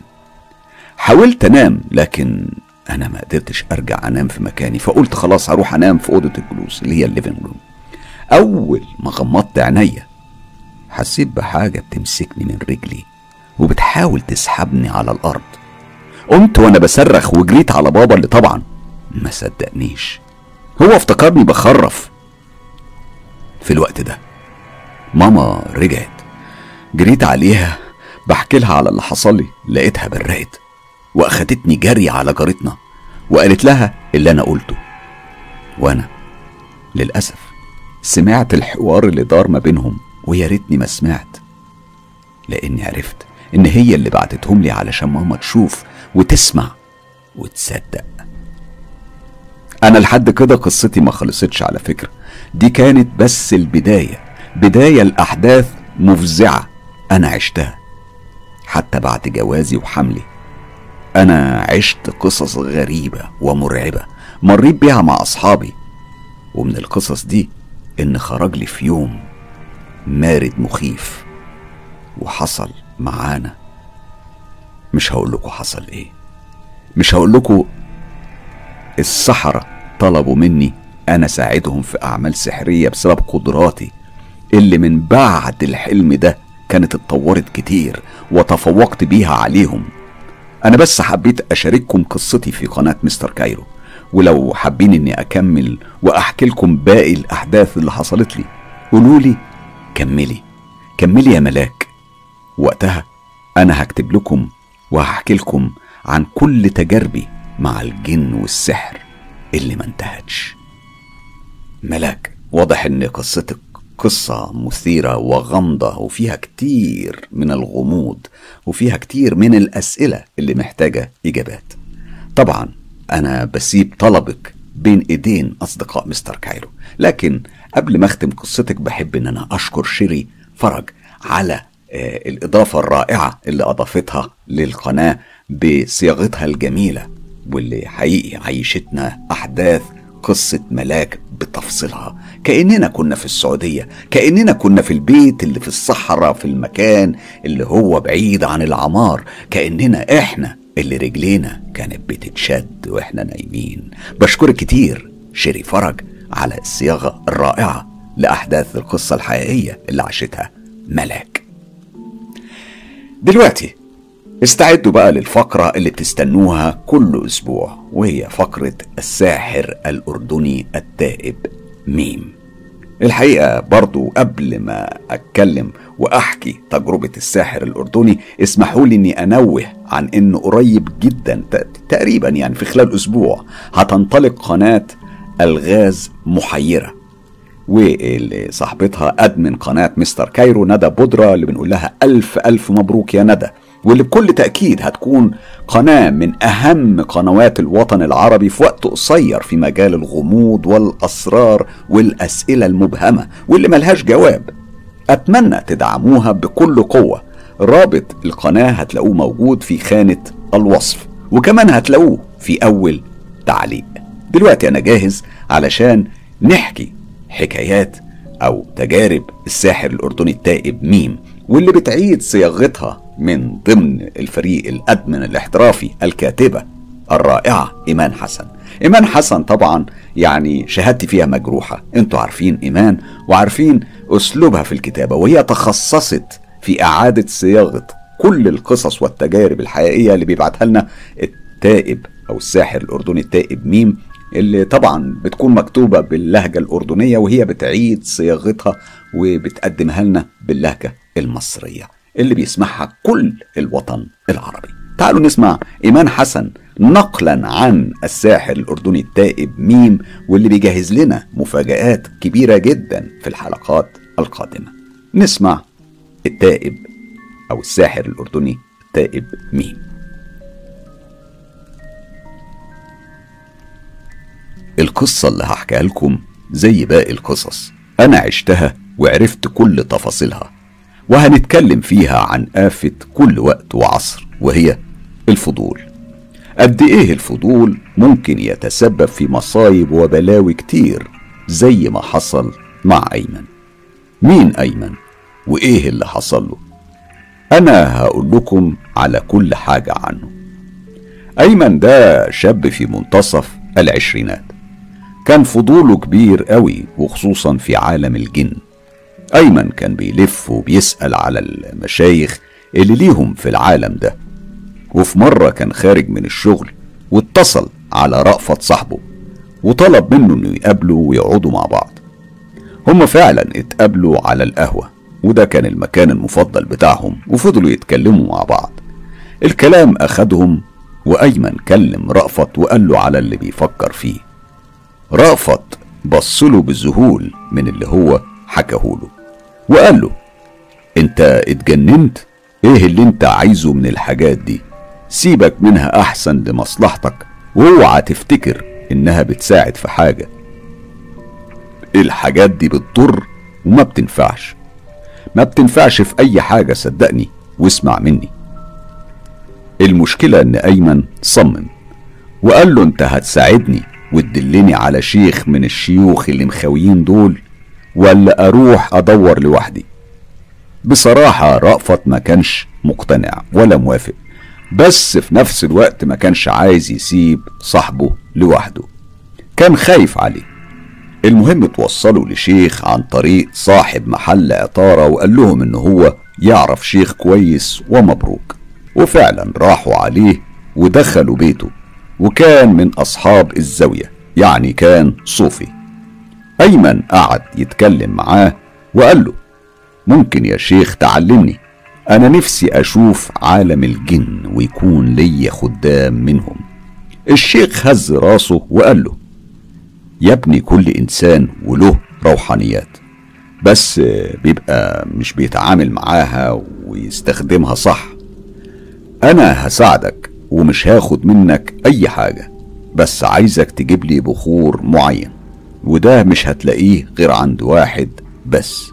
حاولت أنام لكن أنا ما قدرتش أرجع أنام في مكاني، فقلت خلاص هروح أنام في أوضة الجلوس اللي هي الليفينج روم. أول ما غمضت عينيا حسيت بحاجة بتمسكني من رجلي وبتحاول تسحبني على الأرض. قمت وأنا بصرخ وجريت على بابا اللي طبعا ما صدقنيش، هو افتكرني بخرف. في الوقت ده ماما رجعت، جريت عليها بحكي لها على اللي حصل لي، لقيتها برقت واخدتني جري على جارتنا وقالت لها اللي انا قلته. وانا للاسف سمعت الحوار اللي دار ما بينهم، ويا ريتني ما سمعت، لاني عرفت ان هي اللي بعتتهم لي علشان ماما تشوف وتسمع وتصدق. انا لحد كده قصتي ما خلصتش على فكرة، دي كانت بس بداية الأحداث مفزعة أنا عشتها. حتى بعد جوازي وحملي أنا عشت قصص غريبة ومرعبة مريت بيها مع أصحابي، ومن القصص دي إن خرج لي في يوم مارد مخيف وحصل معانا. مش هقولكوا حصل ايه، مش هقولكوا السحرة طلبوا مني أنا ساعدهم في أعمال سحرية بسبب قدراتي اللي من بعد الحلم ده كانت اتطورت كتير وتفوقت بيها عليهم. أنا بس حبيت أشارككم قصتي في قناة مستر كايرو، ولو حابين إني أكمل وأحكي لكم باقي الأحداث اللي حصلت لي قولولي كملي يا ملاك. وقتها أنا هكتب لكم وهحكي لكم عن كل تجاربي مع الجن والسحر اللي ما انتهتش. ملاك، واضح إن قصتك قصة مثيرة وغامضة وفيها كتير من الغموض وفيها كتير من الأسئلة اللي محتاجة إجابات. طبعا أنا بسيب طلبك بين إيدين أصدقاء مستر كايرو، لكن قبل ما أختم قصتك بحب إن أنا أشكر شيري فرج على الإضافة الرائعة اللي أضافتها للقناة بصياغتها الجميلة، واللي حقيقي عيشتنا أحداث قصة ملاك بتفصيلها، كأننا كنا في السعودية، كأننا كنا في البيت اللي في الصحراء، في المكان اللي هو بعيد عن العمار، كأننا إحنا اللي رجلينا كانت بتتشد وإحنا نايمين. بشكرك كتير شيري فرج على الصياغة الرائعة لأحداث القصة الحقيقية اللي عاشتها ملاك. دلوقتي استعدوا بقى للفقرة اللي بتستنوها كل أسبوع، وهي فقرة الساحر الأردني التائب ميم. الحقيقة برضو قبل ما أتكلم وأحكي تجربة الساحر الأردني اسمحوا لي أني أنوه عن أنه قريب جدا تقريبا يعني في خلال أسبوع هتنطلق قناة الغاز محيرة، واللي صاحبتها أدمن قناة مستر كايرو ندى بودرة، اللي بنقول لها ألف مبروك يا ندى، واللي بكل تأكيد هتكون قناة من أهم قنوات الوطن العربي في وقت قصير في مجال الغموض والأسرار والأسئلة المبهمة واللي ملهاش جواب. أتمنى تدعموها بكل قوة. رابط القناة هتلاقوه موجود في خانة الوصف، وكمان هتلاقوه في أول تعليق. دلوقتي أنا جاهز علشان نحكي حكايات أو تجارب الساحر الأردني التائب ميم، واللي بتعيد صياغتها من ضمن الفريق الأدمن الاحترافي الكاتبة الرائعة إيمان حسن. إيمان حسن طبعا يعني شهادتي فيها مجروحة، انتوا عارفين إيمان وعارفين أسلوبها في الكتابة، وهي تخصصت في إعادة صياغة كل القصص والتجارب الحقيقية اللي بيبعتها لنا التائب أو الساحر الأردني التائب ميم، اللي طبعا بتكون مكتوبة باللهجة الأردنية وهي بتعيد صياغتها وبتقدمها لنا باللهجة المصرية اللي بيسمعها كل الوطن العربي. تعالوا نسمع إيمان حسن نقلا عن الساحر الأردني التائب ميم، واللي بيجهز لنا مفاجآت كبيرة جدا في الحلقات القادمة. نسمع التائب أو الساحر الأردني التائب ميم. القصة اللي هحكيها لكم زي باقي القصص أنا عشتها وعرفت كل تفاصيلها، وهنتكلم فيها عن آفة كل وقت وعصر، وهي الفضول. قد إيه الفضول ممكن يتسبب في مصايب وبلاوي كتير زي ما حصل مع أيمن. مين أيمن؟ وإيه اللي حصل له؟ أنا هقول لكم على كل حاجة عنه. أيمن ده شاب في منتصف العشرينات، كان فضوله كبير قوي وخصوصا في عالم الجن. أيمن كان بيلف وبيسأل على المشايخ اللي ليهم في العالم ده، وفي مرة كان خارج من الشغل واتصل على رأفت صاحبه وطلب منه انه يقابله ويقعدوا مع بعض. هم فعلا اتقابلوا على القهوة، وده كان المكان المفضل بتاعهم، وفضلوا يتكلموا مع بعض. الكلام أخدهم وأيمن كلم رأفت وقال له على اللي بيفكر فيه. رأفت بصله بالذهول من اللي هو حكاهوله وقال له انت اتجننت؟ ايه اللي انت عايزه من الحاجات دي؟ سيبك منها احسن لمصلحتك، واوعى تفتكر انها بتساعد في حاجة. الحاجات دي بتضر وما بتنفعش، ما بتنفعش في اي حاجة، صدقني واسمع مني. المشكلة ان ايمن صمم وقال له انت هتساعدني وتدلني على شيخ من الشيوخ اللي مخاويين دول ولا اروح ادور لوحدي؟ بصراحة رأفت ما كانش مقتنع ولا موافق، بس في نفس الوقت ما كانش عايز يسيب صاحبه لوحده، كان خايف عليه. المهم توصلوا لشيخ عن طريق صاحب محل عطارة وقال لهم ان هو يعرف شيخ كويس ومبروك، وفعلا راحوا عليه ودخلوا بيته، وكان من اصحاب الزاوية، يعني كان صوفي. ايمن قعد يتكلم معاه وقال له ممكن يا شيخ تعلمني، انا نفسي اشوف عالم الجن ويكون ليا خدام منهم. الشيخ هز راسه وقال له يا ابني كل انسان وله روحانيات، بس بيبقى مش بيتعامل معاها ويستخدمها صح. انا هساعدك ومش هاخد منك اي حاجة، بس عايزك تجيب لي بخور معين، وده مش هتلاقيه غير عند واحد بس.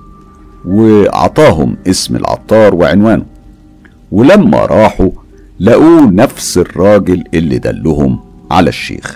وعطاهم اسم العطار وعنوانه، ولما راحوا لقوه نفس الراجل اللي دلهم على الشيخ.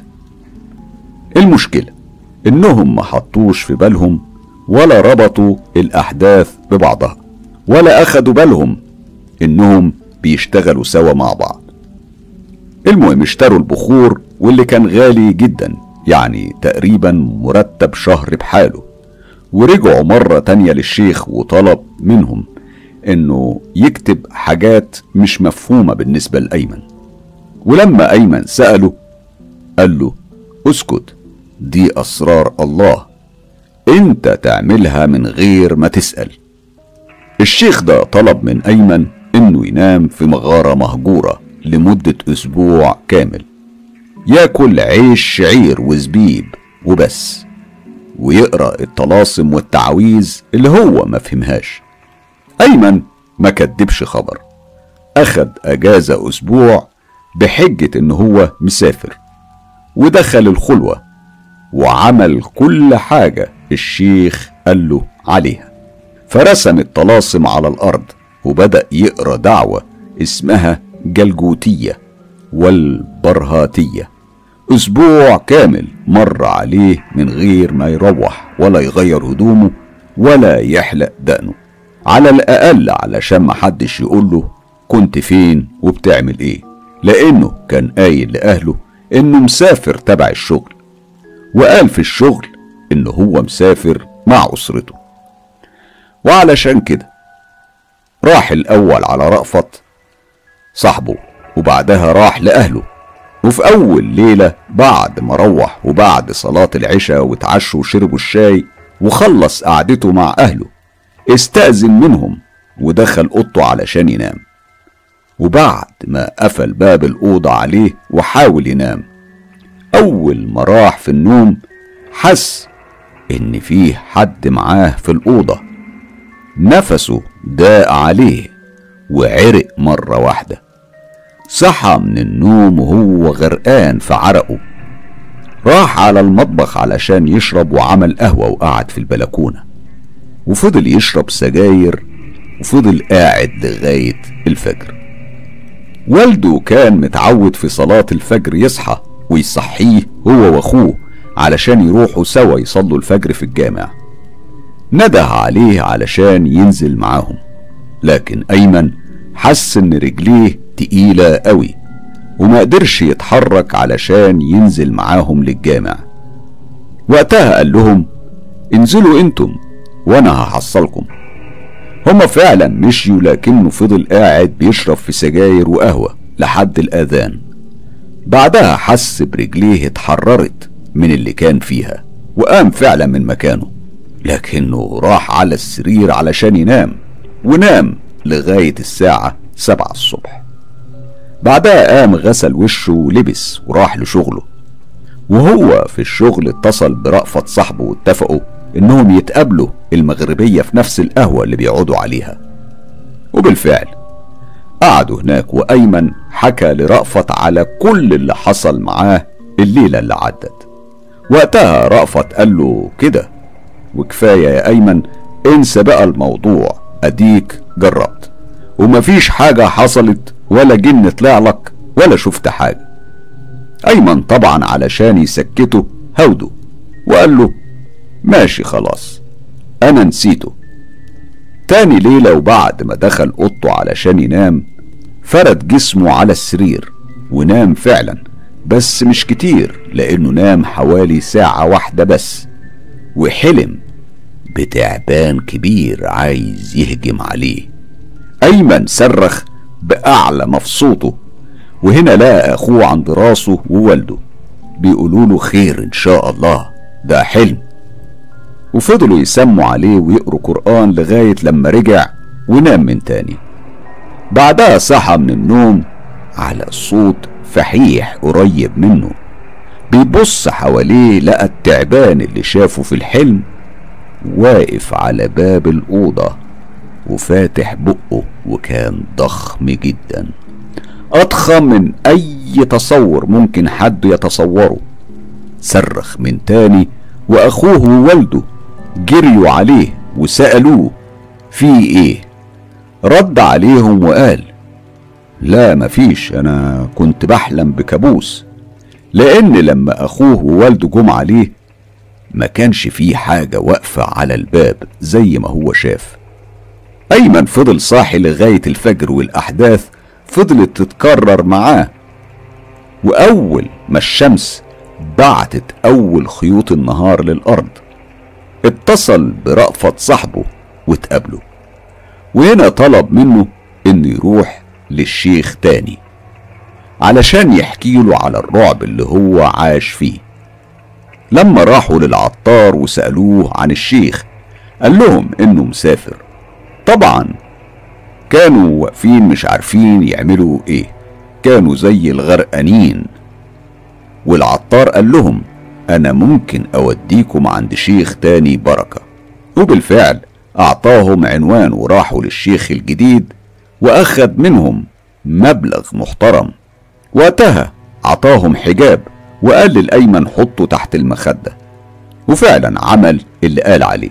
المشكلة انهم ما حطوش في بالهم ولا ربطوا الاحداث ببعضها، ولا اخدوا بالهم انهم بيشتغلوا سوا مع بعض. المهم اشتروا البخور واللي كان غالي جدا، يعني تقريبا مرتب شهر بحاله، ورجعوا مرة تانية للشيخ وطلب منهم انه يكتب حاجات مش مفهومة بالنسبة لأيمن. ولما أيمن سأله قال له اسكت، دي أسرار الله، انت تعملها من غير ما تسأل. الشيخ ده طلب من أيمن انه ينام في مغارة مهجورة لمدة اسبوع كامل، ياكل عيش شعير وزبيب وبس، ويقرأ الطلاسم والتعويذ اللي هو ما فهمهاش. أيمن ما كدبش خبر، أخد أجازة أسبوع بحجة إن هو مسافر، ودخل الخلوة وعمل كل حاجة الشيخ قال له عليها، فرسم الطلاسم على الأرض وبدأ يقرأ دعوة اسمها جلجوتية والبرهاتية. أسبوع كامل مر عليه من غير ما يروح ولا يغير هدومه ولا يحلق دقنه، على الأقل علشان محدش يقوله كنت فين وبتعمل ايه، لأنه كان قايل لأهله إنه مسافر تبع الشغل، وقال في الشغل إنه هو مسافر مع أسرته. وعلشان كده راح الأول على رأفت صاحبه، وبعدها راح لأهله. وفي أول ليلة بعد ما روح وبعد صلاة العشاء واتعشوا وشربوا الشاي وخلص قعدته مع أهله، استأذن منهم ودخل أوضته علشان ينام. وبعد ما قفل باب الأوضة عليه وحاول ينام، أول ما راح في النوم حس إن فيه حد معاه في الأوضة. نفسه ضاق عليه وعرق مرة واحدة، صحى من النوم وهو غرقان في عرقه. راح على المطبخ علشان يشرب وعمل قهوة وقعد في البلكونة، وفضل يشرب سجاير وفضل قاعد لغاية الفجر. والده كان متعود في صلاة الفجر يصحى ويصحيه هو واخوه علشان يروحوا سوا يصلوا الفجر في الجامع. نده عليه علشان ينزل معاهم، لكن أيمن حس ان رجليه تقيلة قوي وما قدرش يتحرك علشان ينزل معاهم للجامع. وقتها قال لهم انزلوا انتم وانا هحصلكم. هما فعلا مشيوا، لكنه فضل قاعد بيشرب في سجاير وقهوة لحد الأذان. بعدها حس برجليه اتحررت من اللي كان فيها وقام فعلا من مكانه، لكنه راح على السرير علشان ينام، ونام لغاية الساعة 7 الصبح. بعدها قام غسل وشه ولبس وراح لشغله. وهو في الشغل اتصل برأفت صاحبه واتفقوا انهم يتقابلوا المغربية في نفس القهوة اللي بيقعدوا عليها. وبالفعل قعدوا هناك، وأيمن حكى لرأفت على كل اللي حصل معاه الليلة اللي عدت. وقتها رأفت قال له كده وكفاية يا أيمن، انسى بقى الموضوع، اديك جربت ومفيش حاجة حصلت ولا جن طلع لك ولا شفت حاجة. أيمن طبعا علشان يسكته هوده وقال له ماشي خلاص أنا نسيته. تاني ليلة وبعد ما دخل أوضته علشان ينام فرد جسمه على السرير ونام فعلا، بس مش كتير لأنه نام حوالي ساعة واحدة بس، وحلم بتعبان كبير عايز يهجم عليه. أيمن صرخ بأعلى ما في صوته، وهنا لقى أخوه عند راسه ووالده بيقولوا له خير إن شاء الله ده حلم، وفضلوا يسموا عليه ويقروا قرآن لغاية لما رجع ونام من تاني. بعدها صحى من النوم على صوت فحيح قريب منه، بيبص حواليه لقى التعبان اللي شافه في الحلم واقف على باب الأوضة وفاتح بقه، وكان ضخم جدا، أضخم من أي تصور ممكن حد يتصوره. صرخ من تاني وأخوه ووالده جريوا عليه وسألوه في ايه؟ رد عليهم وقال لا مفيش، انا كنت بحلم بكابوس، لان لما اخوه ووالده جم عليه ما كانش فيه حاجة واقفة على الباب زي ما هو شاف. ايمن فضل صاحي لغاية الفجر، والاحداث فضلت تتكرر معاه، واول ما الشمس بعتت اول خيوط النهار للارض اتصل برأفت صاحبه واتقابلوا، وهنا طلب منه انه يروح للشيخ تاني علشان يحكيله على الرعب اللي هو عاش فيه. لما راحوا للعطار وسألوه عن الشيخ قال لهم انه مسافر. طبعا كانوا واقفين مش عارفين يعملوا ايه، كانوا زي الغرقانين. والعطار قال لهم انا ممكن اوديكم عند شيخ تاني بركة، وبالفعل اعطاهم عنوان وراحوا للشيخ الجديد واخد منهم مبلغ محترم. وقتها عطاهم حجاب وقال للأيمن حطه تحت المخدة، وفعلا عمل اللي قال عليه.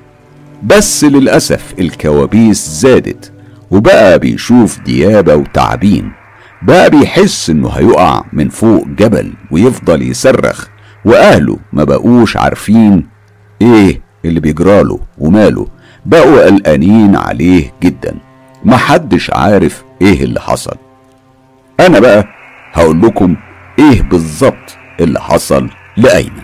بس للأسف الكوابيس زادت وبقى بيشوف ديابة وتعبين، بقى بيحس انه هيقع من فوق جبل ويفضل يصرخ، واهله ما بقوش عارفين ايه اللي بيجراله وماله، بقوا قلقانين عليه جدا، محدش عارف ايه اللي حصل. انا بقى هقول لكم ايه بالظبط اللي حصل لأيمن.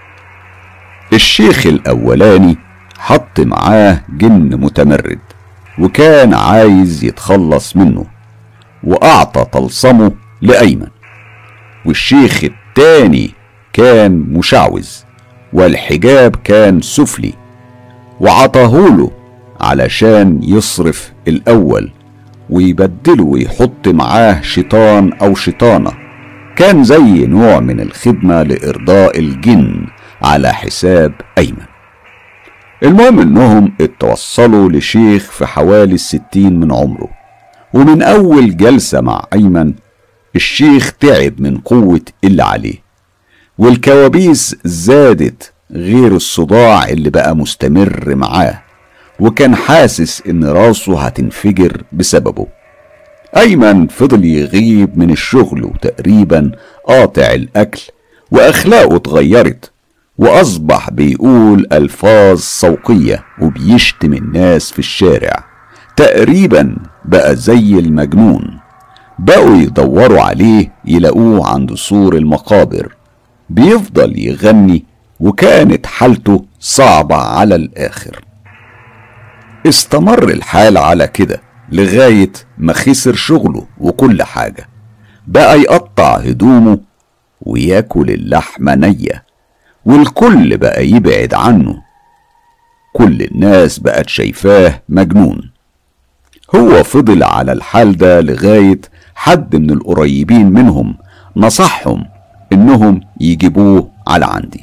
الشيخ الاولاني حط معاه جن متمرد وكان عايز يتخلص منه، واعطى طلسمه لأيمن. والشيخ التاني كان مشعوذ والحجاب كان سفلي، وعطاهوله علشان يصرف الاول ويبدله ويحط معاه شيطان او شيطانة، كان زي نوع من الخدمة لارضاء الجن على حساب ايمن. المهم انهم اتوصلوا لشيخ في حوالي 60 من عمره، ومن اول جلسة مع ايمن الشيخ تعب من قوة اللي عليه، والكوابيس زادت غير الصداع اللي بقى مستمر معاه، وكان حاسس ان راسه هتنفجر بسببه. ايمن فضل يغيب من الشغل وتقريبا قاطع الاكل، واخلاقه اتغيرت واصبح بيقول الفاظ سوقية وبيشتم الناس في الشارع، تقريبا بقى زي المجنون. بقوا يدوروا عليه يلاقوه عند سور المقابر بيفضل يغني، وكانت حالته صعبة على الاخر. استمر الحال على كده لغاية ما خسر شغله وكل حاجة، بقى يقطع هدومه وياكل اللحمة نية، والكل بقى يبعد عنه، كل الناس بقت شايفاه مجنون. هو فضل على الحال ده لغاية حد من القريبين منهم نصحهم انهم يجيبوه على عندي.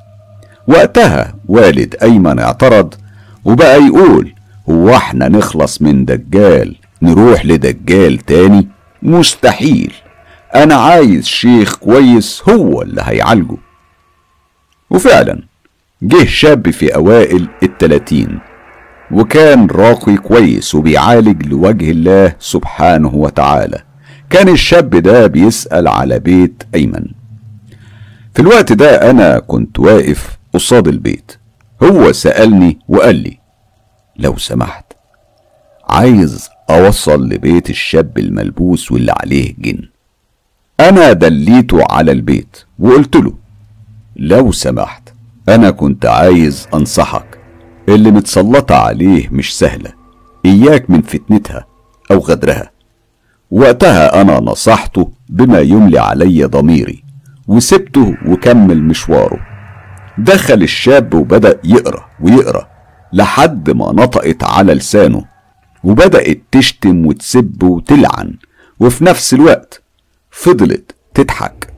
وقتها والد ايمن اعترض وبقى يقول هو احنا نخلص من دجال نروح لدجال تاني؟ مستحيل، انا عايز شيخ كويس هو اللي هيعالجه. وفعلا جه شاب في اوائل ال30 وكان راقي كويس وبيعالج لوجه الله سبحانه وتعالى. كان الشاب ده بيسأل على بيت أيمن. في الوقت ده أنا كنت واقف قصاد البيت. هو سألني وقال لي: لو سمحت، عايز أوصل لبيت الشاب الملبوس واللي عليه جن. أنا دليته على البيت وقلت له: لو سمحت، أنا كنت عايز أنصحك، اللي متسلطة عليه مش سهلة، إياك من فتنتها أو غدرها. وقتها أنا نصحته بما يملي علي ضميري وسبته وكمل مشواره. دخل الشاب وبدأ يقرأ ويقرأ لحد ما نطقت على لسانه وبدأت تشتم وتسب وتلعن، وفي نفس الوقت فضلت تضحك.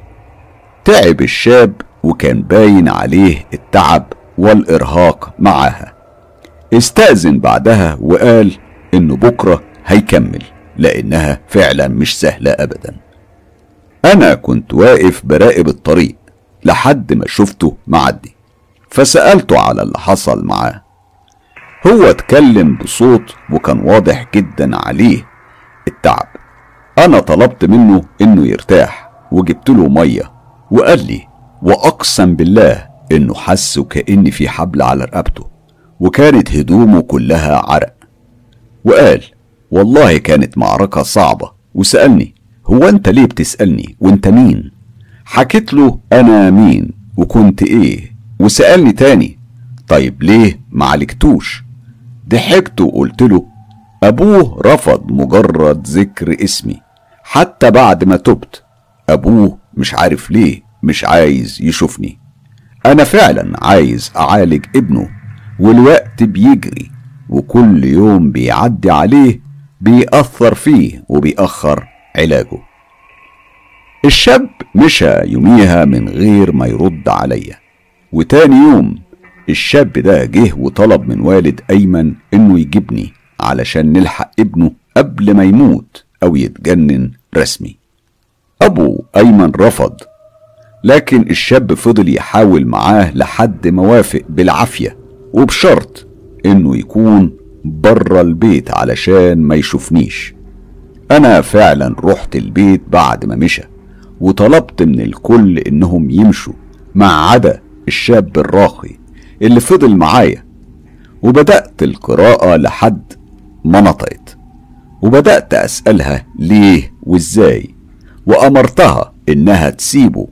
تعب الشاب وكان باين عليه التعب والإرهاق معاها. استأذن بعدها وقال إنه بكرة هيكمل، لأنها فعلا مش سهلة أبدا. أنا كنت واقف براقب الطريق لحد ما شفته معدي، فسألته على اللي حصل معاه. هو اتكلم بصوت وكان واضح جدا عليه التعب. أنا طلبت منه إنه يرتاح وجبت له مية، وقال لي وأقسم بالله إنه حس كأن في حبل على رقبته وكانت هدومه كلها عرق. وقال: والله كانت معركة صعبة. وسألني: هو أنت ليه بتسألني وأنت مين؟ حكيت له أنا مين وكنت إيه. وسألني تاني: طيب ليه معالجتوش؟ ضحكت وقلت له: أبوه رفض مجرد ذكر اسمي حتى بعد ما تبت. أبوه مش عارف ليه مش عايز يشوفني. أنا فعلا عايز أعالج ابنه، والوقت بيجري وكل يوم بيعدي عليه بيأثر فيه وبيأخر علاجه. الشاب مشى يوميها من غير ما يرد عليا. وتاني يوم الشاب ده جه وطلب من والد أيمن إنه يجيبني علشان نلحق ابنه قبل ما يموت أو يتجنن رسمي. أبو أيمن رفض، لكن الشاب فضل يحاول معاه لحد ما وافق بالعافية، وبشرط إنه يكون بره البيت علشان ما يشوفنيش. أنا فعلا رحت البيت بعد ما مشى، وطلبت من الكل إنهم يمشوا ما عدا الشاب الراقي اللي فضل معايا. وبدأت القراءة لحد ما نطقت، وبدأت أسألها ليه وإزاي، وأمرتها إنها تسيبه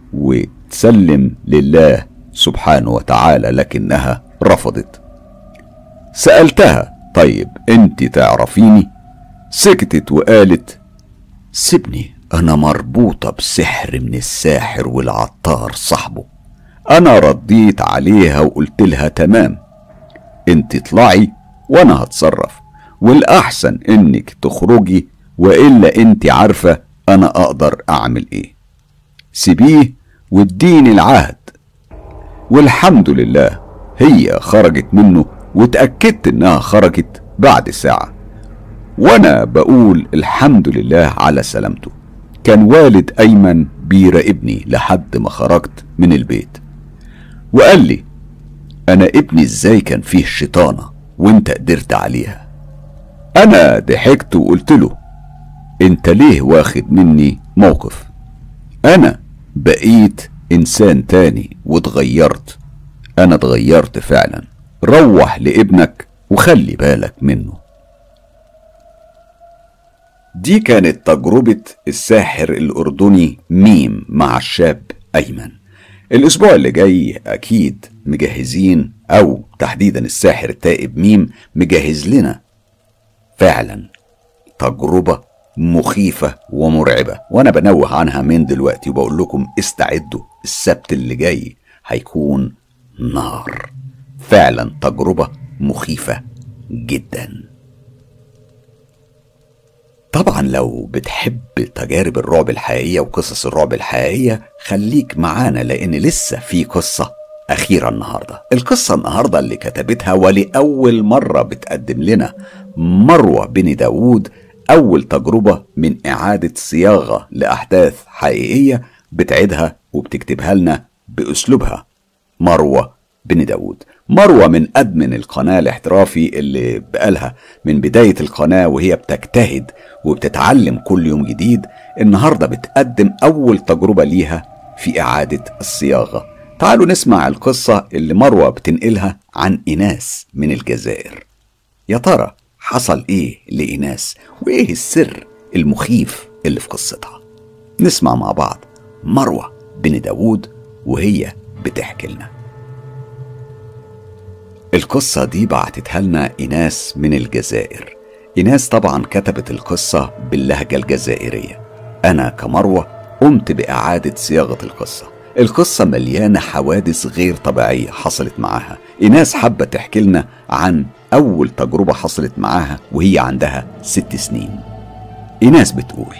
وتسلم لله سبحانه وتعالى، لكنها رفضت. سألتها: طيب انت تعرفيني؟ سكتت وقالت: سيبني، أنا مربوطة بسحر من الساحر والعطار صاحبه. أنا رديت عليها وقلت لها: تمام، انت اطلعي وأنا هتصرف، والأحسن إنك تخرجي، وإلا انت عارفة أنا أقدر أعمل إيه. سيبيه واديني العهد. والحمد لله هي خرجت منه، وتأكدت إنها خرجت بعد ساعة. وأنا بقول الحمد لله على سلامته. كان والد أيمن بيراقبني لحد ما خرجت من البيت، وقال لي: أنا ابني إزاي كان فيه شيطانة وانت قدرت عليها؟ أنا ضحكت وقلت له: انت ليه واخد مني موقف؟ أنا بقيت إنسان تاني واتغيرت. أنا اتغيرت فعلا. روح لابنك وخلي بالك منه. دي كانت تجربة الساحر الأردني ميم مع الشاب أيمن. الأسبوع اللي جاي أكيد مجهزين، أو تحديدا الساحر التائب ميم مجهز لنا فعلا تجربة مخيفة ومرعبة، وأنا بنوه عنها من دلوقتي وبقول لكم استعدوا، السبت اللي جاي هيكون نار. فعلا تجربة مخيفة جدا. طبعا لو بتحب تجارب الرعب الحقيقية وقصص الرعب الحقيقية خليك معانا، لأن لسه في قصة أخيرة النهاردة. القصة النهاردة اللي كتبتها ولأول مرة بتقدم لنا مروة بن داود، أول تجربة من إعادة صياغة لأحداث حقيقية بتعيدها وبتكتبها لنا بأسلوبها. مروة بن داود. مروة من أدمن القناة الاحترافي اللي بقالها من بداية القناة وهي بتجتهد وبتتعلم كل يوم جديد. النهاردة بتقدم أول تجربة ليها في إعادة الصياغة. تعالوا نسمع القصة اللي مروة بتنقلها عن إيناس من الجزائر. يا ترى حصل إيه لإيناس وإيه السر المخيف اللي في قصتها؟ نسمع مع بعض مروة بن داود وهي بتحكي لنا. القصة دي بعتتها لنا إيناس من الجزائر. إيناس طبعا كتبت القصة باللهجة الجزائرية. أنا كمروة قمت بإعادة صياغة القصة. القصة مليانة حوادث غير طبيعية حصلت معاها. إيناس حابة تحكي لنا عن أول تجربة حصلت معاها وهي عندها 6 سنين. إيناس بتقول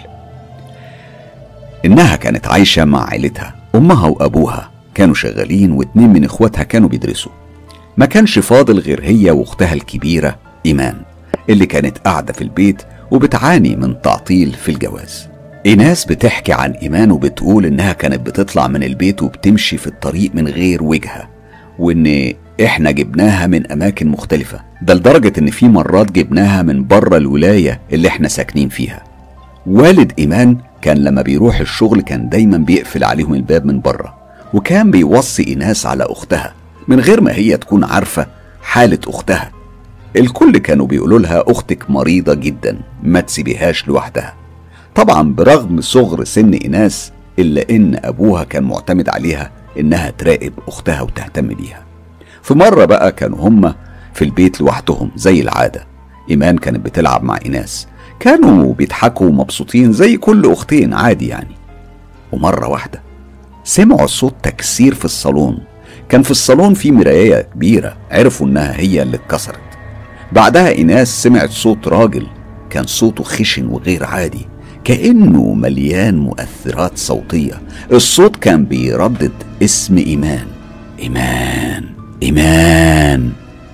إنها كانت عايشة مع عيلتها، أمها وأبوها كانوا شغالين و2 من إخواتها كانوا بيدرسوا. ما كانش فاضل غير هي واختها الكبيرة إيمان اللي كانت قاعدة في البيت وبتعاني من تعطيل في الجواز. إيناس بتحكي عن إيمان وبتقول إنها كانت بتطلع من البيت وبتمشي في الطريق من غير وجهة، وإن إحنا جبناها من أماكن مختلفة، ده لدرجة إن في مرات جبناها من بره الولاية اللي إحنا ساكنين فيها. والد إيمان كان لما بيروح الشغل كان دايما بيقفل عليهم الباب من بره، وكان بيوصي إيناس على أختها من غير ما هي تكون عارفة حالة أختها. الكل كانوا بيقولوا لها أختك مريضة جدا، ما تسيبيهاش لوحدها. طبعا برغم صغر سن إيناس إلا إن أبوها كان معتمد عليها إنها تراقب أختها وتهتم بيها. في مرة بقى كانوا هما في البيت لوحدهم زي العادة. إيمان كانت بتلعب مع إيناس، كانوا بيضحكوا ومبسوطين زي كل أختين عادي يعني. ومرة واحدة سمعوا صوت تكسير في الصالون. كان في الصالون في مراية كبيرة، عرفوا إنها هي اللي اتكسرت. بعدها إيناس سمعت صوت راجل، كان صوته خشن وغير عادي، كأنه مليان مؤثرات صوتية. الصوت كان بيردد اسم إيمان، إيمان إيمان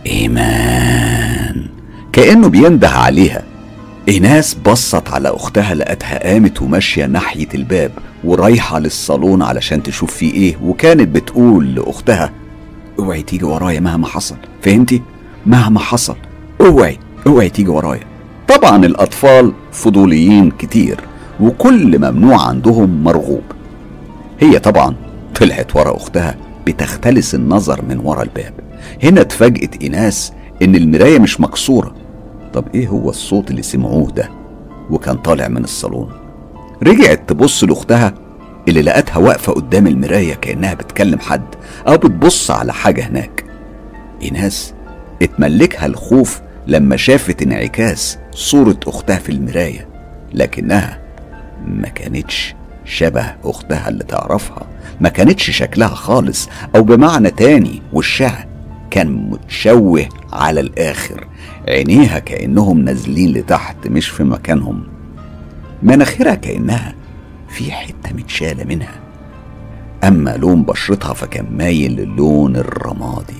إيمان، كأنه بينده عليها. إيناس بصت على أختها لقتها قامت وماشية ناحية الباب ورايحة للصالون علشان تشوف فيه إيه، وكانت بتقول لأختها اوعي تيجي ورايا مهما حصل، فهمتي؟ مهما حصل اوعي تيجي ورايا. طبعا الأطفال فضوليين كتير وكل ممنوع عندهم مرغوب. هي طبعا طلعت ورا أختها بتختلس النظر من ورا الباب. هنا اتفاجئت إيناس إن المراية مش مكسورة. طب إيه هو الصوت اللي سمعوه ده؟ وكان طالع من الصالون. رجعت تبص لأختها اللي لقتها واقفة قدام المراية كأنها بتكلم حد أو بتبص على حاجة هناك. إيناس اتملكها الخوف لما شافت انعكاس صورة أختها في المراية، لكنها ما كانتش شبه أختها اللي تعرفها، ما كانتش شكلها خالص، أو بمعنى تاني وشها كان متشوه على الآخر. عينيها كأنهم نازلين لتحت مش في مكانهم. مناخيرها كأنها في حتة متشالة منها. أما لون بشرتها فكان مايل للون الرمادي.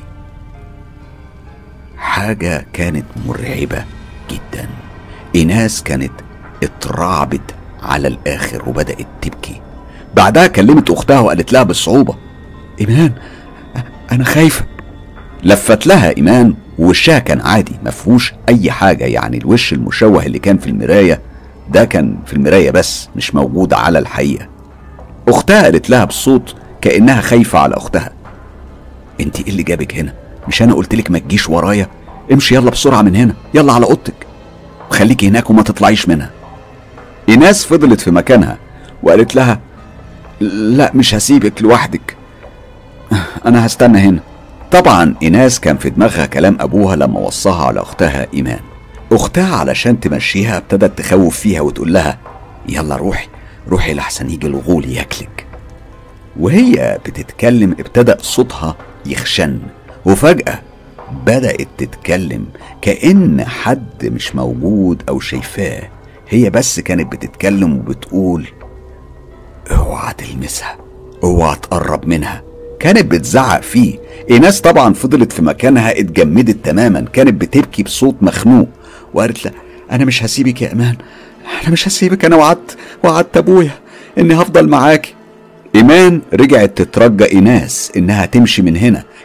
حاجة كانت مرعبة جدا. إيناس كانت اترعبت على الآخر وبدأت تبكي. بعدها كلمت أختها وقالت لها بالصعوبة إيمان أنا خايفة. لفت لها إيمان ووشها كان عادي مفهوش أي حاجة، يعني الوش المشوه اللي كان في المراية ده كان في المراية بس مش موجود على الحقيقة. أختها قالت لها بصوت كأنها خايفة على أختها انتي إيه اللي جابك هنا؟ مش أنا قلتلك ما تجيش ورايا؟ امشي يلا بسرعة من هنا، يلا على أوضتك وخليكي هناك وما تطلعيش منها. إيناس فضلت في مكانها وقالت لها لا مش هسيبك لوحدك، أنا هستنى هنا. طبعا إيناس كان في دماغها كلام أبوها لما وصاها على أختها إيمان. أختها علشان تمشيها ابتدت تخوف فيها وتقول لها يلا روحي لحسن يجي الغول ياكلك. وهي بتتكلم ابتدأ صوتها يخشن، وفجأة بدأت تتكلم كأن حد مش موجود أو شايفاه، هي بس كانت بتتكلم وبتقول اوعى تلمسها، اوعى تقرب منها. كانت بتزعق فيه. إيناس طبعا فضلت في مكانها اتجمدت تماما، كانت بتبكي بصوت مخنوق وقالت له انا مش هسيبك يا ايمان، انا مش هسيبك، انا وعدت ابويا اني هفضل معاكي. ايمان رجعت تترجى إيناس انها تمشي من هنا،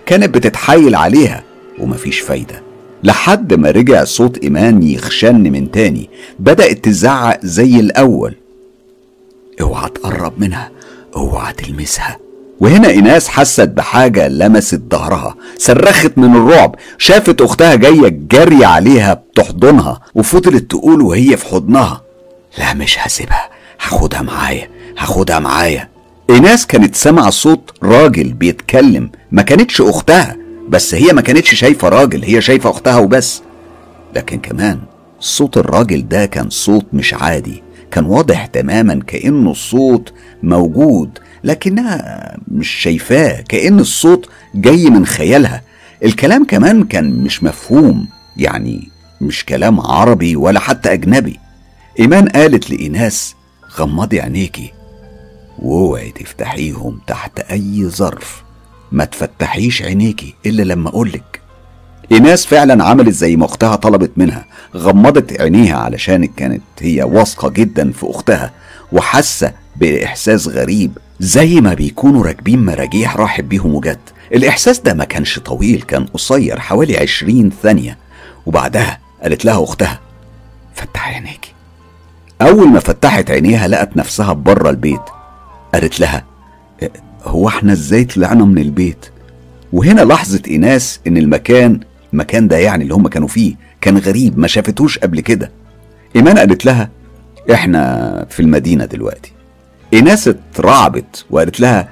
كانت بتتحايل عليها ومفيش فايدة، لحد ما رجع صوت إيمان يخشن من تاني. بدأت تزعق زي الأول: اوعى تقرب منها، اوعى تلمسها. وهنا إيناس حست بحاجة لمست ظهرها، صرخت من الرعب. شافت أختها جاية جري عليها بتحضنها، وفضلت تقول وهي في حضنها: لا مش هسيبها، هاخدها معايا، هاخدها معايا. إيناس كانت سامعة صوت راجل بيتكلم، ما كانتش أختها، بس هي ما كانتش شايفة راجل، هي شايفة أختها وبس. لكن كمان صوت الراجل ده كان صوت مش عادي، كان واضح تماما كأنه الصوت موجود لكنها مش شايفاه، كأن الصوت جاي من خيالها. الكلام كمان كان مش مفهوم، يعني مش كلام عربي ولا حتى أجنبي. إيمان قالت لإيناس: غمضي عينيكي واوعي تفتحيهم تحت أي ظرف، ما تفتحيش عينيكي إلا لما أقولك. إيناس فعلا عملت زي ما أختها طلبت منها، غمضت عينيها علشان كانت هي واثقة جدا في أختها، وحاسة بإحساس غريب زي ما بيكونوا راكبين مراجيح راحب بيهم وجت. الإحساس ده ما كانش طويل، كان قصير حوالي 20 ثانية. وبعدها قالت لها أختها: فتحي عينيكي. أول ما فتحت عينيها لقت نفسها بره البيت. قالت لها: هو احنا ازاي طلعنا من البيت؟ وهنا لاحظت إيناس ان المكان ده يعني اللي هم كانوا فيه كان غريب، ما شافتوش قبل كده. إيمان قالت لها: احنا في المدينة دلوقتي. إيناس اترعبت وقالت لها: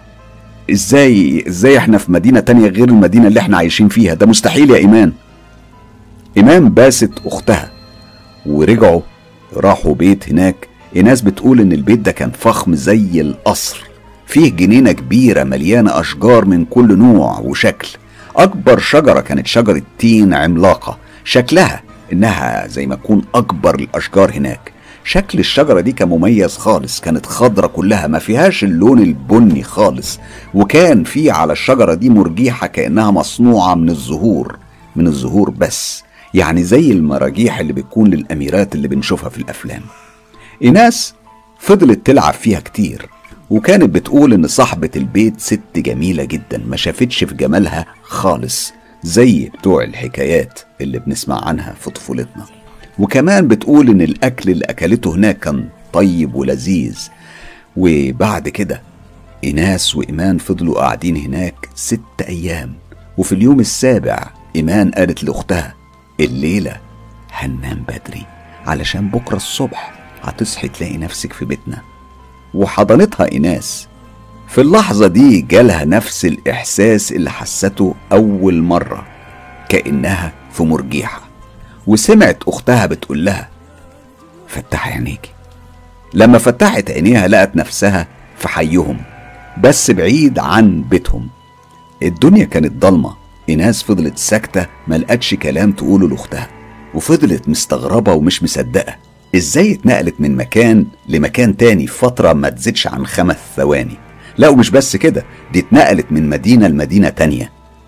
ازاي احنا في مدينة تانية غير المدينة اللي احنا عايشين فيها؟ ده مستحيل يا إيمان. إيمان باست أختها ورجعوا راحوا بيت هناك. إيناس بتقول ان البيت ده كان فخم زي القصر، فيه جنينة كبيرة مليانة أشجار من كل نوع وشكل. أكبر شجرة كانت شجرة تين عملاقة، شكلها إنها زي ما تكون أكبر الأشجار هناك. شكل الشجرة دي كان مميز خالص، كانت خضرة كلها، ما فيهاش اللون البني خالص. وكان في على الشجرة دي مرجيحة كأنها مصنوعة من الزهور بس، يعني زي المراجيح اللي بتكون للأميرات اللي بنشوفها في الأفلام. إيناس فضلت تلعب فيها كتير، وكانت بتقول ان صاحبة البيت ست جميلة جدا، ما شافتش في جمالها خالص زي بتوع الحكايات اللي بنسمع عنها في طفولتنا. وكمان بتقول ان الاكل اللي اكلته هناك كان طيب ولذيذ. وبعد كده إيناس وإيمان فضلوا قاعدين هناك 6 أيام، وفي اليوم السابع إيمان قالت لأختها: الليلة هننام بدري علشان بكرة الصبح هتصحي تلاقي نفسك في بيتنا. وحضنتها إيناس. في اللحظة دي جالها نفس الإحساس اللي حسته أول مرة، كأنها في مرجيحة. وسمعت أختها بتقول لها: فتحي عينيكي. لما فتحت عينيها لقت نفسها في حيهم بس بعيد عن بيتهم. الدنيا كانت ضلمة. إيناس فضلت ساكتة، ملقتش كلام تقوله لأختها، وفضلت مستغربة ومش مصدقة ازاي اتنقلت من مكان لمكان تاني في فترة ما تزيدش عن 5 ثواني. لا ومش بس كده، دي اتنقلت من مدينة لمدينة تانية.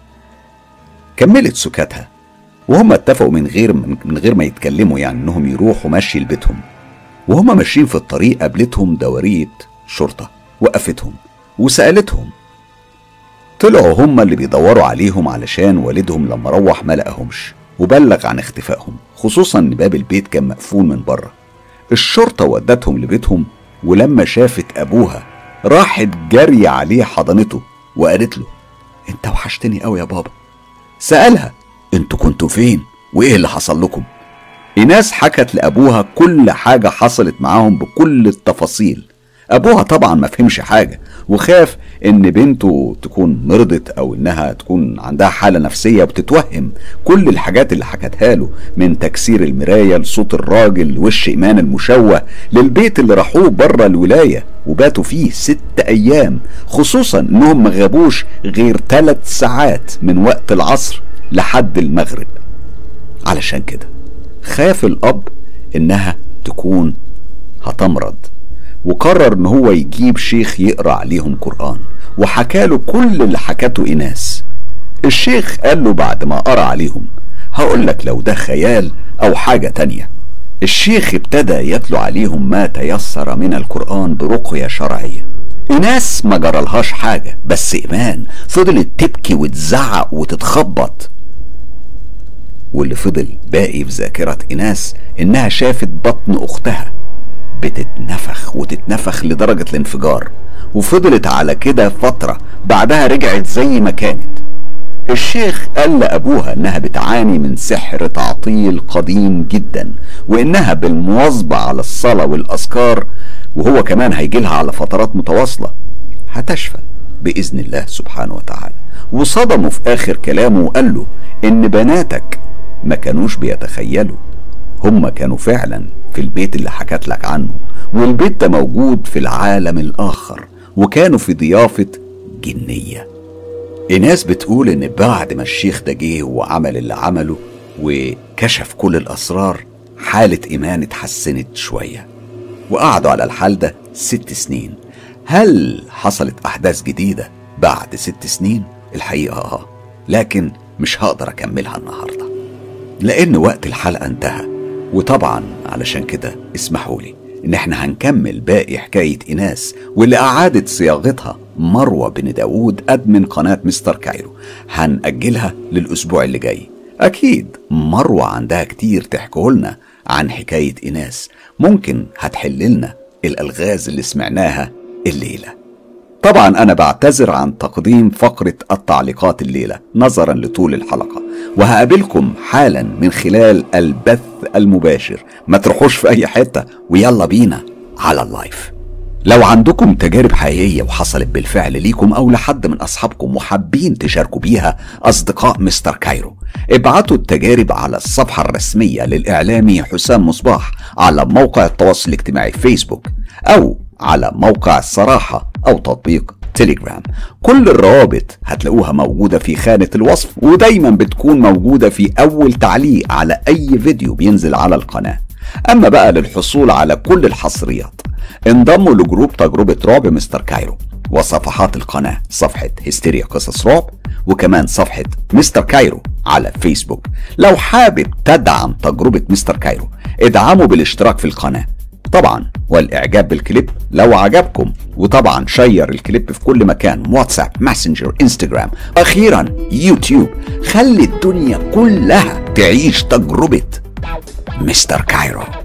كملت سكاتها وهم اتفقوا من غير ما يتكلموا، يعني انهم يروحوا مشي لبيتهم. وهم ماشيين في الطريق قابلتهم دورية شرطة، وقفتهم وسألتهم. طلعوا هم اللي بيدوروا عليهم علشان والدهم لما روح ما لقاهمش، وبلغ عن اختفائهم، خصوصا ان باب البيت كان مقفول من بره. الشرطة ودتهم لبيتهم، ولما شافت ابوها راحت جري عليه حضنته وقالت له: انت وحشتني قوي يا بابا. سألها: انتوا كنتوا فين وايه اللي حصل لكم؟ إيناس حكت لأبوها كل حاجة حصلت معاهم بكل التفاصيل. أبوها طبعا ما فهمش حاجة، وخاف إن بنته تكون مرضت أو إنها تكون عندها حالة نفسية، بتتوهم كل الحاجات اللي حكتها له، من تكسير المراية لصوت الراجل لوش إيمان المشوه للبيت اللي راحوه بره الولاية وباتوا فيه 6 أيام، خصوصا إنهم ما غابوش غير 3 ساعات من وقت العصر لحد المغرب. علشان كده خاف الأب إنها تكون هتمرض، وقرر إن هو يجيب شيخ يقرأ عليهم قرآن، وحكاله كل اللي حكته إيناس. الشيخ قال له بعد ما قرأ عليهم: هقولك لو ده خيال أو حاجة تانية. الشيخ ابتدى يتلو عليهم ما تيسر من القرآن برقية شرعية. إيناس ما جرالهاش حاجة، بس إيمان فضلت تبكي وتزعق وتتخبط. واللي فضل باقي في ذاكرة إيناس إنها شافت بطن أختها بتتنفخ وتتنفخ لدرجة الانفجار، وفضلت على كده فترة، بعدها رجعت زي ما كانت. الشيخ قال لأبوها إنها بتعاني من سحر تعطيل قديم جدا، وإنها بالمواظبة على الصلاة والأذكار، وهو كمان هيجيلها على فترات متواصلة هتشفى بإذن الله سبحانه وتعالى. وصدمه في آخر كلامه وقال له إن بناتك ما كانوش بيتخيلوا، هم كانوا فعلا في البيت اللي حكت لك عنه، والبيت ده موجود في العالم الآخر، وكانوا في ضيافة جنية. إيناس بتقول إن بعد ما الشيخ ده جه وعمل اللي عمله وكشف كل الأسرار، حالة إيمان اتحسنت شوية، وقعدوا على الحال ده 6 سنين. هل حصلت أحداث جديدة بعد 6 سنين؟ الحقيقة لكن مش هقدر أكملها النهاردة لأن وقت الحلقة انتهى. وطبعا علشان كده اسمحوا لي إن احنا هنكمل باقي حكاية إيناس واللي أعادت صياغتها مروة بن داود أدمن قناة مستر كايرو. هنأجلها للأسبوع اللي جاي. أكيد مروة عندها كتير تحكولنا عن حكاية إيناس، ممكن هتحللنا الألغاز اللي سمعناها الليلة. طبعا أنا بعتذر عن تقديم فقرة التعليقات الليلة نظرا لطول الحلقة، وهقابلكم حالا من خلال البث المباشر. ما تروحوش في أي حتة، ويلا بينا على اللايف. لو عندكم تجارب حقيقية وحصلت بالفعل ليكم أو لحد من أصحابكم وحابين تشاركوا بيها أصدقاء مستر كايرو، ابعتوا التجارب على الصفحة الرسمية للإعلامي حسام مصباح على موقع التواصل الاجتماعي فيسبوك، أو على موقع الصراحة أو تطبيق تيليجرام. كل الروابط هتلاقوها موجودة في خانة الوصف، ودايما بتكون موجودة في أول تعليق على أي فيديو بينزل على القناة. أما بقى للحصول على كل الحصريات، انضموا لجروب تجربة رعب مستر كايرو وصفحات القناة، صفحة هستيريا قصص رعب، وكمان صفحة مستر كايرو على فيسبوك. لو حابب تدعم تجربة مستر كايرو، ادعموا بالاشتراك في القناة طبعا، والاعجاب بالكليب لو عجبكم، وطبعا شير الكليب في كل مكان، واتساب، ماسنجر، انستجرام، اخيرا يوتيوب. خلي الدنيا كلها تعيش تجربة مستر كايرو.